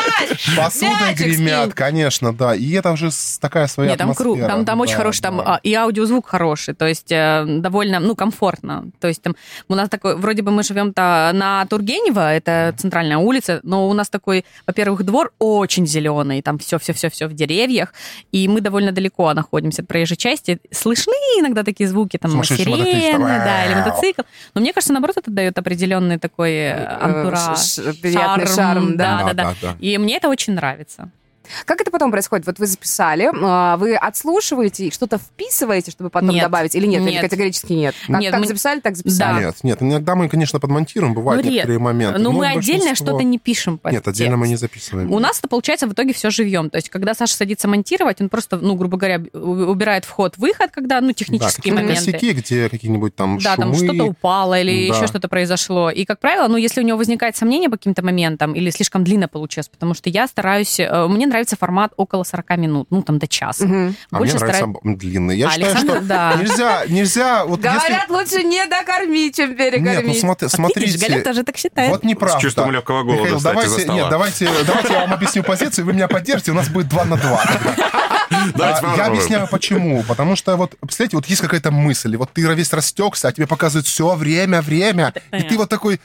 Посудой мячик гремят, скинь. конечно, да. И это уже такая своя Нет, там круто, атмосфера. там очень Да, хороший, там да. и аудиозвук хороший, то есть довольно, комфортно. То есть там у нас такой, вроде бы мы живем-то на Тургенева, это центральная улица, но у нас такой, во-первых, двор очень зеленый, там все в деревьях, и мы довольно далеко находимся от проезжей части. Слышны иногда такие звуки, там, Сумасшедший сирены, мотоциклист. да, или мотоцикл. Но мне кажется, наоборот, это дает определенный такой антураж, приятный шарм, да. Да. И мне это очень нравится. Как это потом происходит? Вот вы записали, вы отслушиваете и что-то вписываете, чтобы потом Нет. добавить? Или нет? Или Нет. категорически нет? Нет, Как мы- записали, так записали. Нет, иногда мы, конечно, подмонтируем, бывают Ну, некоторые моменты. Ну, но мы отдельно большинство- что-то не пишем под Нет, отдельно мы текст. не записываем. У нас это получается в итоге все живьем. То есть, когда Саша садится монтировать, он просто, грубо говоря, убирает вход-выход, когда, Да, технические какие-то моменты. косяки, где какие-нибудь там Да, там шумы. что-то упало или Да. еще что-то произошло. И, как правило, если у него возникает сомнение по каким-то моментам или слишком длинно получилось, потому что я стараюсь... Мне нравится формат около 40 минут, там до часа. А мне Больше нравится стараюсь... длинный. Я считаю, Александр, что да. нельзя... Вот Говорят, лучше не докормить, чем если... Нет, перекормить. Вот видишь, Галя тоже так считает. Вот неправда. С чувством легкого голода, Михаил, кстати, давайте, за стола. нет, давайте я вам объясню позицию, вы меня поддержите, у нас будет 2 на 2. Давайте Я попробуем. объясняю, почему. Потому что, представляете, есть какая-то мысль, и вот ты весь растекся, а тебе показывают все время, и ты вот такой...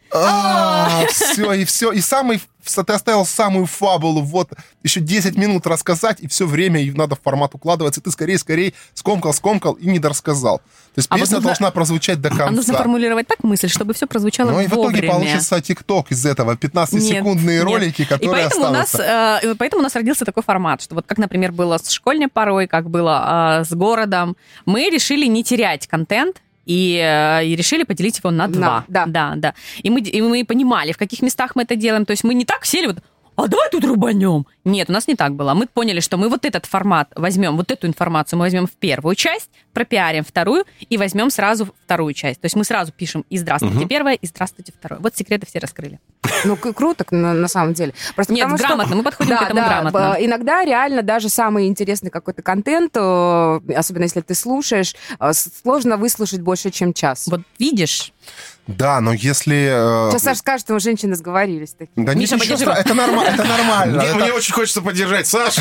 Все, и ты оставил самую фабулу, вот, еще 10 минут рассказать, и все время и надо в формат укладываться, и ты скорее скомкал и не дорассказал. То есть А вот песня нужно- должна прозвучать до конца. А нужно формулировать так мысль, чтобы все прозвучало Ну и в итоге вовремя. получится ТикТок из этого, 15-секундные Нет. ролики, которые и поэтому останутся. поэтому у нас родился такой формат, что вот как, например, было с школьной порой, как было с городом, мы решили не терять контент, и решили поделить его на 2. Да. Да. И мы понимали, в каких местах мы это делаем. То есть мы не так сели, а давай тут рубанем. Нет, у нас не так было. Мы поняли, что мы вот этот формат возьмем, вот эту информацию мы возьмем в первую часть, пропиарим вторую и возьмем сразу вторую часть. То есть мы сразу пишем и «Здравствуйте» первое, и «Здравствуйте» второе. Вот секреты все раскрыли. Ну, круто, на самом деле. Просто Нет, потому что- грамотно, мы подходим к этому грамотно. Иногда реально даже самый интересный какой-то контент, особенно если ты слушаешь, сложно выслушать больше, чем час. Вот видишь, Да, но если... Сейчас Саша скажет, что мы женщины сговорились. Да Миша, ничего, поддержи. это нормально. Мне очень хочется поддержать Сашу.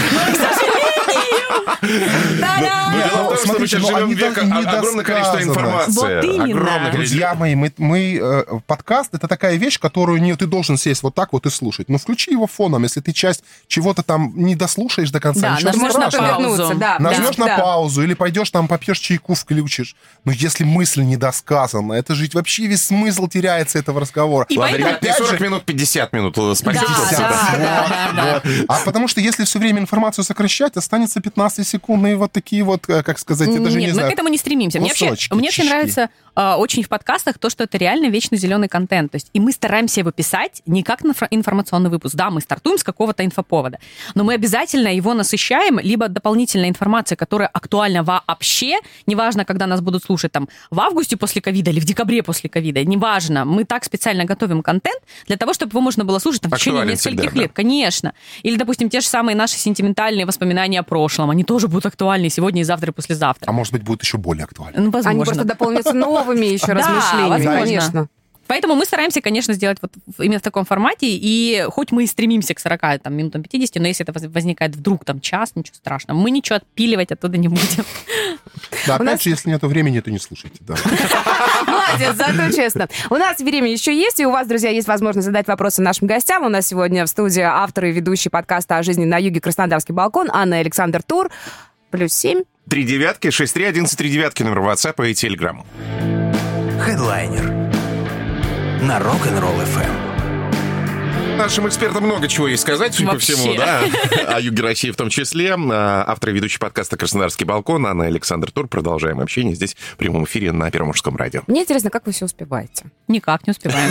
Дело в том, что мы сейчас живем в век огромное количество информации. Вот именно. Огромное количество. Друзья мои, мы подкаст — это такая вещь, которую не ты должен сесть вот так вот и слушать. Но включи его фоном, если ты часть чего-то там не дослушаешь до конца, Да, ничего нажмешь на страшного. паузу. Нажмешь на паузу или пойдешь там попьешь чайку, включишь. Но если мысль недосказана, это же вообще весь смысл теряется этого разговора. И Ладно, поэтому- ребят, не 40 минут, 50 минут. Спасибо. Да. А потому что если все время информацию сокращать, останется 15 секунд, и вот такие вот, как сказать, я даже не Нет, мы знаю. к этому не стремимся. Мне кусочки, вообще кишки. нравится очень в подкастах то, что это реально вечно зеленый контент. То есть, и мы стараемся его писать не как информационный выпуск. Да, мы стартуем с какого-то инфоповода, но мы обязательно его насыщаем либо дополнительной информацией, которая актуальна вообще, неважно, когда нас будут слушать там в августе после ковида или в декабре после ковида, неважно. Мы так специально готовим контент для того, чтобы его можно было слушать там, в течение Актуален нескольких всегда, лет. Конечно. Или, допустим, те же самые наши сентиментальные воспоминания о прошлом. Они тоже будут актуальны сегодня, и завтра, и послезавтра. А может быть, будет еще более актуально. Ну, возможно. Они просто дополнятся новыми еще Да, размышлениями, возможно. конечно. Поэтому мы стараемся, конечно, сделать вот именно в таком формате, и хоть мы и стремимся к 40 там, минутам 50, но если это возникает вдруг там час, ничего страшного, мы ничего отпиливать оттуда не будем. Да, опять же, если нет времени, то не слушайте. Да. Молодец, зато честно. У нас время еще есть, и у вас, друзья, есть возможность задать вопросы нашим гостям. У нас сегодня в студии авторы и ведущие подкаста о жизни на юге «Краснодарский балкон» Анна и Александр Тур. +7 3 девятки, 6-3, 11-3 девятки, номер WhatsApp и Telegram. Хедлайнер на Rock'n'Roll FM. Нашим экспертам много чего есть сказать, судя по Вообще. всему, да, о юге России в том числе. Автор и ведущий подкаста «Краснодарский балкон» Анна и Александр Тур. Продолжаем общение здесь в прямом эфире на Первом мужском радио. Мне интересно, как вы все успеваете? Никак не успеваем.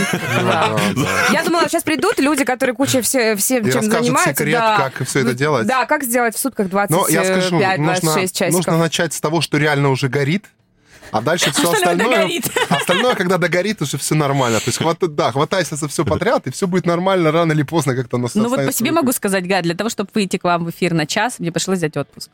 Я думала, сейчас придут люди, которые куча все И чем расскажут занимаются. секрет, как все это делать. Да, как сделать в сутках Но я скажу, 25-26 часиков. нужно начать с того, что реально уже горит, а дальше все остальное остальное... догорит. Остальное, когда догорит, уже все нормально. То есть хватайся за все подряд, и все будет нормально, рано или поздно как-то оно Ну вот по останется себе в руках. могу сказать, Гад, для того, чтобы выйти к вам в эфир на час, мне пришлось взять отпуск.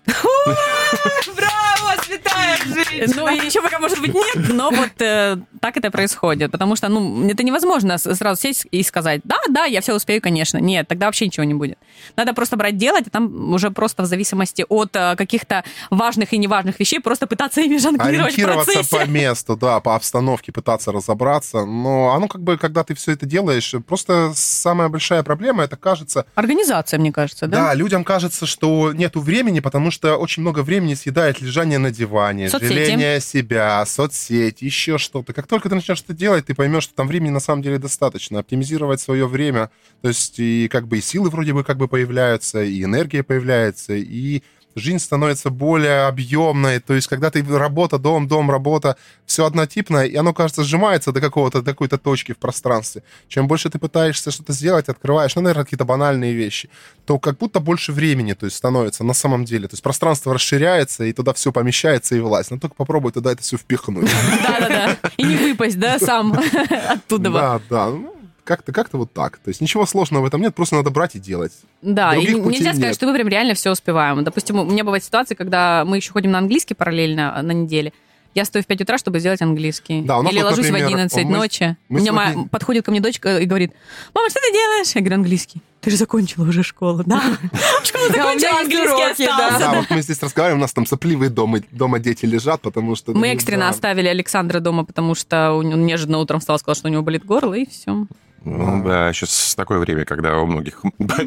Браво, святая жизнь! Ну, и еще пока, может быть, нет, но вот так это происходит. Потому что, это невозможно сразу сесть и сказать, да, я все успею, конечно. Нет, тогда вообще ничего не будет. Надо просто брать делать, и там уже просто в зависимости от каких-то важных и неважных вещей просто пытаться ими жонглировать в Ориентироваться процессе. по месту, да, по обстановке, пытаться разобраться. Но оно когда ты все это делаешь, просто самая большая проблема, это кажется... Организация, мне кажется, да? Да, людям кажется, что нету времени, потому что очень много времени съедает лежание на диване, Соцсети. жаление себя, соцсети, еще что-то. Как только ты начнешь это делать, ты поймешь, что там времени на самом деле достаточно. Оптимизировать свое время, то есть и и силы вроде бы появляются, и энергия появляется, и жизнь становится более объемной. То есть когда ты работа, дом, работа, все однотипно, и оно, кажется, сжимается до какой-то точки в пространстве. Чем больше ты пытаешься что-то сделать, открываешь, наверное, какие-то банальные вещи, то как будто больше времени, то есть, становится на самом деле. То есть пространство расширяется, и туда все помещается и влазь. Но только попробуй туда это все впихнуть. Да. И не выпасть, да, сам оттуда. Да. Как-то вот так. То есть ничего сложного в этом нет, просто надо брать и делать. Да, и Других путей нельзя сказать, нет. что мы прям реально все успеваем. Допустим, у меня бывают ситуации, когда мы еще ходим на английский параллельно на неделе. Я стою в 5 утра, чтобы сделать английский. Да, у нас Или вот, ложусь в например, 11 ночи. У мы меня сегодня- подходит ко мне дочка и говорит: мама, что ты делаешь? Я говорю: английский. Ты же закончила уже школу. Да, школу Да, у меня закончила, есть английский уроки, да. остался. Да, вот мы здесь разговариваем, у нас там сопливые дома дети лежат, потому что... Мы экстренно оставили Александра дома, потому что он неожиданно утром встал и сказал, что у него болит горло, и все. Ну да, сейчас такое время, когда у многих...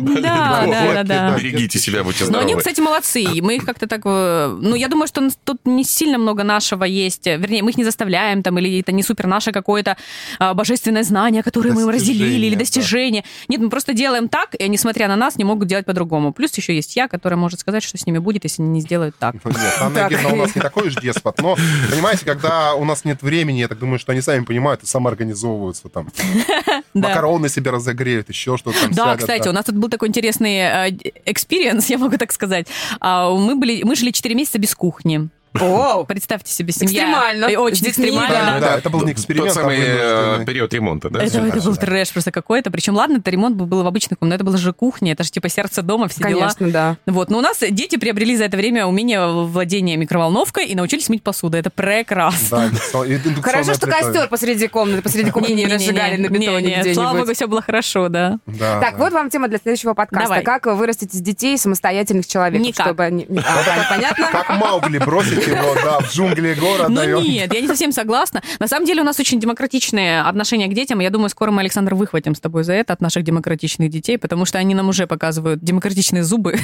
Да. Берегите себя, будьте Но здоровы. они, кстати, молодцы. И мы их как-то так... я думаю, что тут не сильно много нашего есть. Вернее, мы их не заставляем, там, или это не супер наше какое-то божественное знание, которое мы им разделили, или достижение. Нет, мы просто делаем так, и, несмотря на нас, не могут делать по-другому. Плюс еще есть я, которая может сказать, что с ними будет, если они не сделают так. Нет, Анна Германовна у нас не такой уж деспот, но, понимаете, когда у нас нет времени, я так думаю, что они сами понимают и самоорганизовываются там. Макароны себе разогреют, еще что-то там Да, сядят, кстати, да. у нас тут был такой интересный экспириенс, я могу так сказать. Мы жили 4 месяца без кухни. О, Представьте себе, семья. Экстремально. Очень С детьми, экстремально. Да, это был не эксперимент, Тот а самый вынужденный. период ремонта, да? Это был трэш просто какой-то. Причем, ладно, это ремонт был в обычной комнате, но это была же кухня, это же типа сердце дома, все дела. конечно, да. Вот. Но у нас дети приобрели за это время умение владения микроволновкой и научились мыть посуду. Это прекрасно. Да, индукционная Хорошо, что плита. костер посреди комнаты, посреди кухни не разжигали на бетоне Не-не-не, слава богу, где-нибудь. все было хорошо, да. Да, Так, да. вот вам тема для следующего подкаста. Давай. Как вырастить из детей самостоятельных человеков? Никак. Чтобы они... Понятно? Как Маугли бросить его, да, в джунгли города. Но и он- нет, я не совсем согласна. На самом деле у нас очень демократичные отношения к детям. Я думаю, скоро мы, Александр, выхватим с тобой за это от наших демократичных детей, потому что они нам уже показывают демократичные зубы.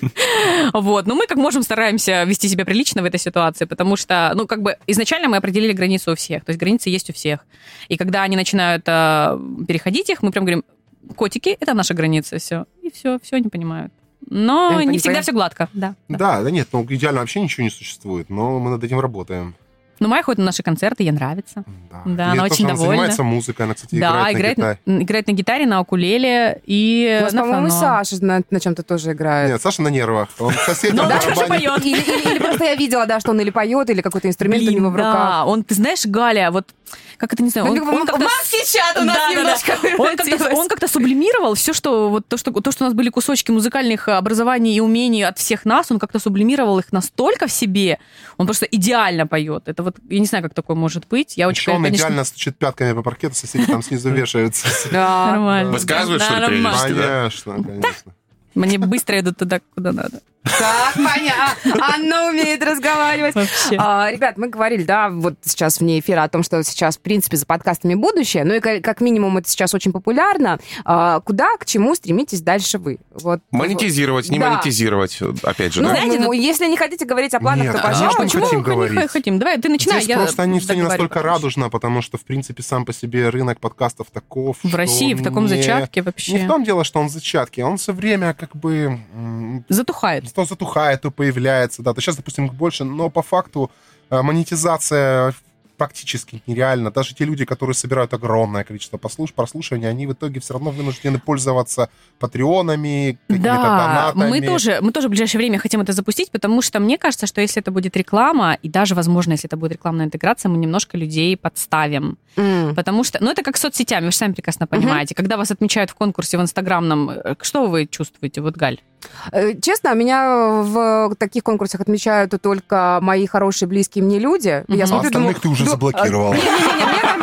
Вот. Но мы как можем стараемся вести себя прилично в этой ситуации, потому что, ну, как бы изначально мы определили границу у всех. То есть границы есть у всех. И когда они начинают переходить их, мы прям говорим, котики, это наша граница, все. И все они понимают. Но Я не всегда понимаю. все гладко, да. Да, нет, ну идеально вообще ничего не существует, но мы над этим работаем. Но Майя ходит на наши концерты, ей нравится. Да, И она тоже очень довольна. занимается музыкой, она, кстати, Да, играет на гитаре. играет на гитаре, на укулеле и У вас, на по-моему, и фано. Саша на чем-то тоже играет. Нет, Саша на нервах. Он сосед Ну, на да, Саша барабане. поет. Или просто я видела, да, что он или поет, или какой-то инструмент у него в руках. да, он, ты знаешь, Галя, вот, как это, не знаю, он как-то... Маски чат у нас Да, да, да. немножко Он как-то сублимировал все, что вот то, что у нас были кусочки музыкальных образований и умений от всех нас, он как-то сублимировал их настолько в себе, он просто идеально поет. Это вот, я не знаю, как такое может быть. Я очень, Еще он конечно... идеально стучит пятками по паркету, соседи там снизу вешаются. Да. Нормально. Высказывают, что ли, Нормально. периодически, да? Конечно, конечно. Мне быстро идут туда, куда надо. Так, понятно. Анна умеет разговаривать. Вообще. Ребят, мы говорили, да, вот сейчас вне эфира о том, что сейчас, в принципе, за подкастами будущее, ну и как минимум это сейчас очень популярно. Куда, к чему стремитесь дальше вы? Вот. Монетизировать, не Да. монетизировать, опять же, Ну, да? знаете, ну, если не хотите говорить о планах, Нет, то конечно, пожалуйста. почему? хотим говорить. Хотим. Давай, ты начинай. Здесь я просто не все не договорю настолько дальше. радужно, потому что, в принципе, сам по себе рынок подкастов таков, В России в таком зачатке вообще. Не в том дело, что он в зачатке, он все время как бы Затухает. то затухает, то появляется, да, то сейчас, допустим, их больше, но по факту монетизация практически нереально. Даже те люди, которые собирают огромное количество прослушиваний, они в итоге все равно вынуждены пользоваться патреонами, какими-то Да, донатами. мы тоже в ближайшее время хотим это запустить, потому что мне кажется, что если это будет реклама, и даже, возможно, если это будет рекламная интеграция, мы немножко людей подставим. Потому что, ну, это как с соцсетями, вы же сами прекрасно понимаете. Когда вас отмечают в конкурсе в инстаграмном, что вы чувствуете, вот, Галь? Честно, меня в таких конкурсах отмечают только мои хорошие, близкие мне люди. Я А смотрю, думаю, остальных ты уже заблокировала. Не-не-не, мне там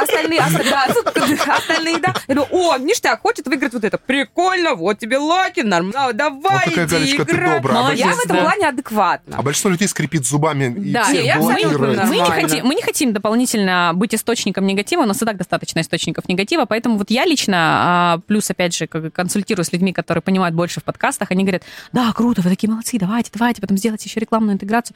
остальные, да. Я думаю, о, ништяк, хочет выиграть вот это. Прикольно, вот тебе лаки, нормально, давай, какая, иди, Галечка, ты играй. добрая. Молодец, Я в этом да. плане адекватна. А большинство людей скрипит зубами и Да, всех я абсолютно блокирует. нормально. Мы не хотим дополнительно быть источником негатива, у нас и так достаточно источников негатива, поэтому вот я лично, плюс, опять же, как консультирую с людьми, которые понимают больше в подкастах, они говорят, да, круто, вы такие молодцы, давайте, потом сделайте еще рекламную интеграцию.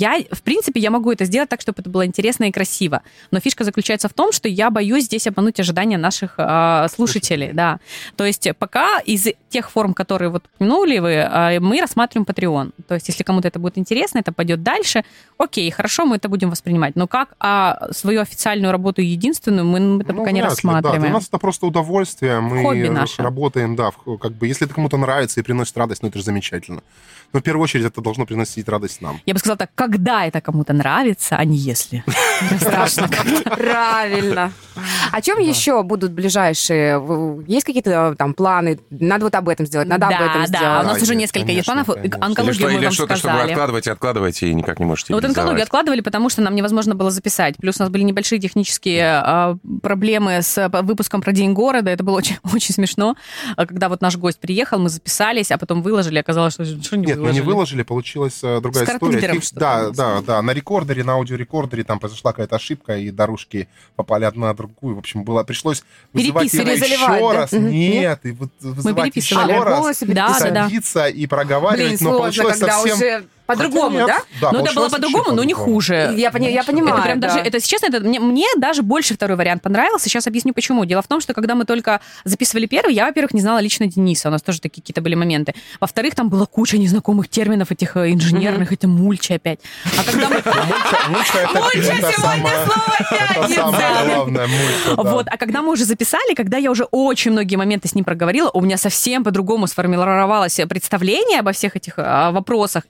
В принципе, я могу это сделать так, чтобы это было интересно и красиво, но фишка заключается в том, что я боюсь здесь обмануть ожидания наших слушателей, да. То есть пока из тех форм, которые вот упомянули вы, мы рассматриваем Patreon. То есть если кому-то это будет интересно, это пойдет дальше, окей, хорошо, мы это будем воспринимать. Но как свою официальную работу единственную мы это пока не вряд ли, да. рассматриваем. Для нас это просто удовольствие. Мы Хобби наше. работаем, да, как бы, если это кому-то нравится и приносит радость, ну это же замечательно. Но в первую очередь это должно приносить радость нам. Я бы сказала так, когда это кому-то нравится, а не если. Страшно как-то. Правильно. О чем еще будут ближайшие? Есть какие-то там планы? Надо вот об этом сделать, надо об этом Да, сделать. у нас Да, уже есть, несколько есть конечно, планов. конечно. Онкологию мы Или вам что-то, что вы сказали. откладываете и никак не можете Ну, вот онкологию реализовать. откладывали, потому что нам невозможно было записать. Плюс у нас были небольшие технические проблемы с выпуском про День города. Это было очень, очень смешно. Когда вот наш гость приехал, мы записались, а потом выложили. Оказалось, что не Нет, мы выложили. не выложили, получилась другая С история. картвидером что-то Да, на рекордере, на аудиорекордере там произошла какая-то ошибка, и дорожки попали одна на другую. В общем, пришлось вызывать их Переписывать. еще Заливать, да? раз. Мгм. Нет, и вот вызывать еще переписывали. раз, Полностью Да, переписали. да. садиться и проговаривать, Блин, но сложно, получилось когда совсем... уже по-другому, Хотя да? нет, да? Ну, это было получилось вообще по-другому, но не по-другому. хуже. Я понимаю, Это прям да. даже, это, если честно, это, мне даже больше второй вариант понравился. Сейчас объясню, почему. Дело в том, что когда мы только записывали первый, я, во-первых, не знала лично Дениса. У нас тоже такие какие-то были моменты. Во-вторых, там была куча незнакомых терминов этих инженерных, это мульча опять. А когда мы... Мульча это сегодня самое... Это пятница. самое главное, мульча, да. Вот, а когда мы уже записали, когда я уже очень многие моменты с ним проговорила, у меня совсем по-другому сформировалось представление обо всех этих вопросах. И, конечно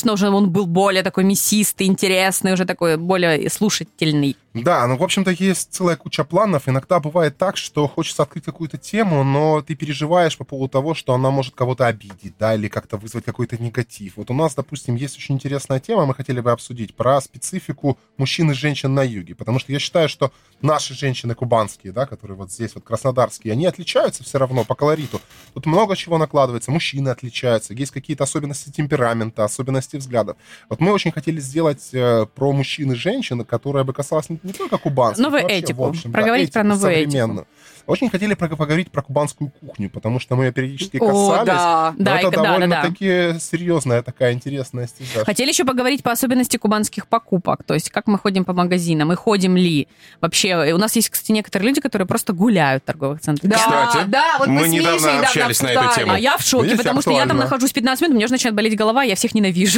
конечно, уже он был более такой мясистый, интересный, уже такой более слушательный. Да, ну, в общем-то, есть целая куча планов. Иногда бывает так, что хочется открыть какую-то тему, но ты переживаешь по поводу того, что она может кого-то обидеть, да, или как-то вызвать какой-то негатив. Вот у нас, допустим, есть очень интересная тема, мы хотели бы обсудить про специфику мужчин и женщин на юге, потому что я считаю, что наши женщины кубанские, да, которые вот здесь вот краснодарские, они отличаются все равно по колориту. Тут много чего накладывается, мужчины отличаются, есть какие-то особенности темперамента, особенности взглядов. Вот мы очень хотели сделать про мужчин и женщин, которая бы касалась не только кубанских, новую этику. Проговорить про новую этику. Очень хотели поговорить про кубанскую кухню, потому что мы ее периодически касались. Да. Да, это довольно-таки да. серьезная такая интересная стезя. Хотели еще поговорить по особенности кубанских покупок, то есть как мы ходим по магазинам, и ходим ли вообще. У нас есть, кстати, некоторые люди, которые просто гуляют в торговых центрах. Да, Кстати, да, вот мы с недавно Мишей общались на эту обсуждали. тему. А я в шоке, Видите, потому что я там актуально. нахожусь 15 минут, у меня уже начинает болеть голова, я всех ненавижу.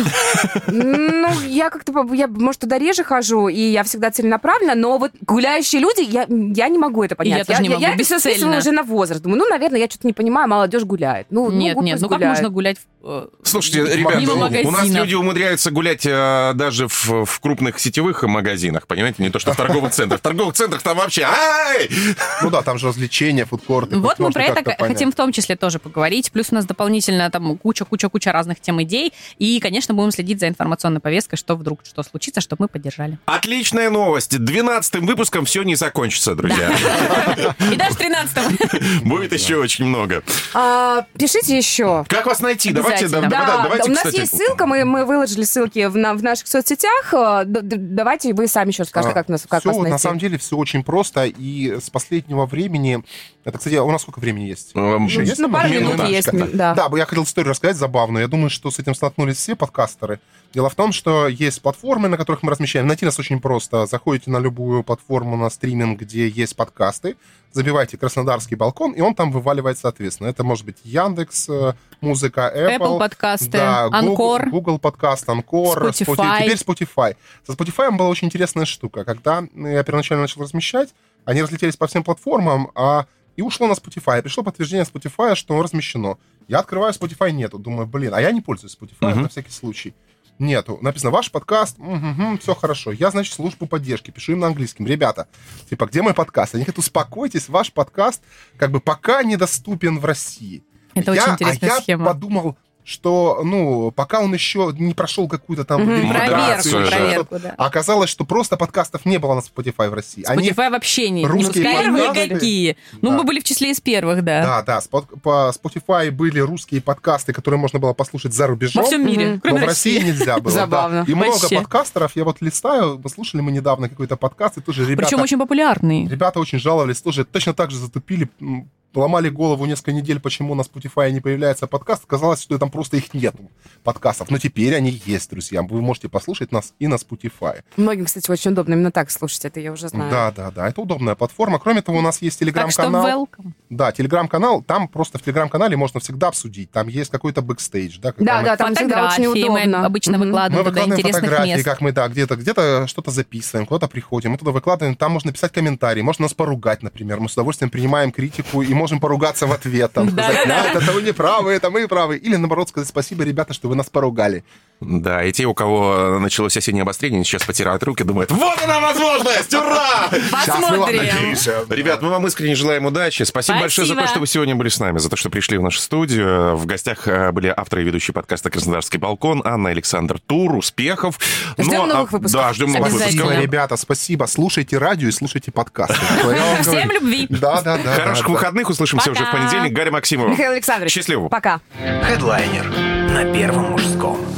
Ну, я как-то, может, туда реже хожу, и я всегда целенаправленно, но вот гуляющие люди, я не могу это понять. Я тоже не могу, Я это всё бесцельно. списываю уже на возраст. Думаю, ну, наверное, я что-то не понимаю, молодежь гуляет. Нет, пусть как гуляет. можно гулять Слушайте, мимо ребята, у нас магазинов? люди умудряются гулять даже в крупных сетевых магазинах, понимаете, не то что в торговых центрах. В торговых центрах там вообще... Ай! Ну да, там же развлечения, фудкорты. Вот тут мы можно про это как-то понять. хотим в том числе тоже поговорить. Плюс у нас дополнительно там куча разных тем, идей. И, конечно, будем следить за информационной повесткой, что вдруг что случится, чтобы мы поддержали. Отличная новость. 12-м выпуском все не закончится, друзья. И даже 13-м. Будет еще очень много. Пишите еще. Как вас найти? Давайте, Обязательно. давайте, у нас кстати. есть ссылка, мы выложили ссылки в наших соцсетях. Давайте вы сами еще расскажете, как Всё, вас найти. на самом деле все очень просто, и с последнего времени... Это, кстати, у нас сколько времени есть? Еще есть? Ну, пару минут Минуточка. есть, да. Да, я хотел историю рассказать забавную. Я думаю, что с этим столкнулись все подкастеры. Дело в том, что есть платформы, на которых мы размещаем. Найти нас очень просто. Заходите на любую платформу на стриминг, где есть подкасты, забивайте «Краснодарский балкон», и он там вываливает соответственно. Это может быть Яндекс, Музыка, Apple подкасты, да, Анкор, Google подкаст, Анкор, Spotify. теперь Spotify. Со Spotify была очень интересная штука. Когда я первоначально начал размещать, они разлетелись по всем платформам, и ушло на Spotify. Пришло подтверждение Spotify, что размещено. Я открываю Spotify, нету. Думаю, а я не пользуюсь Spotify на всякий случай. Нету. Написано, ваш подкаст, все хорошо. Я, значит, службу поддержки, пишу им на английском. Ребята, где мой подкаст? Они говорят, успокойтесь, ваш подкаст пока недоступен в России. Это очень интересная схема. Я подумал, что, пока он еще не прошел какую-то там верификацию, проверку, да. а оказалось, что просто подкастов не было на Spotify в России. Spotify вообще не русские первые подкасты. какие. Да. Мы были в числе из первых, да. Да, по Spotify были русские подкасты, которые можно было послушать за рубежом. Во всем мире, Но кроме в России нельзя было. Забавно. Да. И много Вообще. подкастеров, я листаю, послушали мы недавно какой-то подкаст, и тоже ребята... Причем очень популярный. Ребята очень жаловались, тоже точно так же затупили, ломали голову несколько недель, почему на Spotify не появляется подкаст. Оказалось, что там просто их нету, подкастов. Но теперь они есть, друзья. Вы можете послушать нас и на Spotify. Многим, кстати, очень удобно именно так слушать, это я уже знаю. Да. Это удобная платформа. Кроме того, у нас есть Так что телеграм-канал. welcome. Да, телеграм-канал. Там просто в телеграм-канале можно всегда обсудить. Там есть какой-то бэкстейдж. Да, когда Да, там всегда очень Фотографии мы удобно. обычно мы выкладываем туда выкладываем интересных фотографии, мест. как мы, где-то что-то записываем, куда-то приходим, мы туда выкладываем, там можно писать комментарии, можно нас поругать, например. Мы с удовольствием принимаем критику и можем поругаться в ответ. Там, сказать, это вы не правы, это мы правы. Или, наоборот, сказать спасибо, ребята, что вы нас поругали. Да, и те, у кого началось осеннее обострение, сейчас потирают руки, думают, вот она возможность, ура! Посмотрим. Ребят, мы вам искренне желаем удачи. Спасибо большое за то, что вы сегодня были с нами, за то, что пришли в нашу студию. В гостях были авторы и ведущие подкаста «Краснодарский балкон» Анна и Александр Тур. Успехов. Ждем новых выпусков. Да, ждем новых Обязательно. выпусков. Ребята, спасибо. Слушайте радио и слушайте подкасты. Всем любви. Да. Хороших выходных. Услышимся Пока. уже в понедельник. Гарри Максимова. Михаил Александрович. Счастливо. Пока. Хедлайнер на Первом мужском.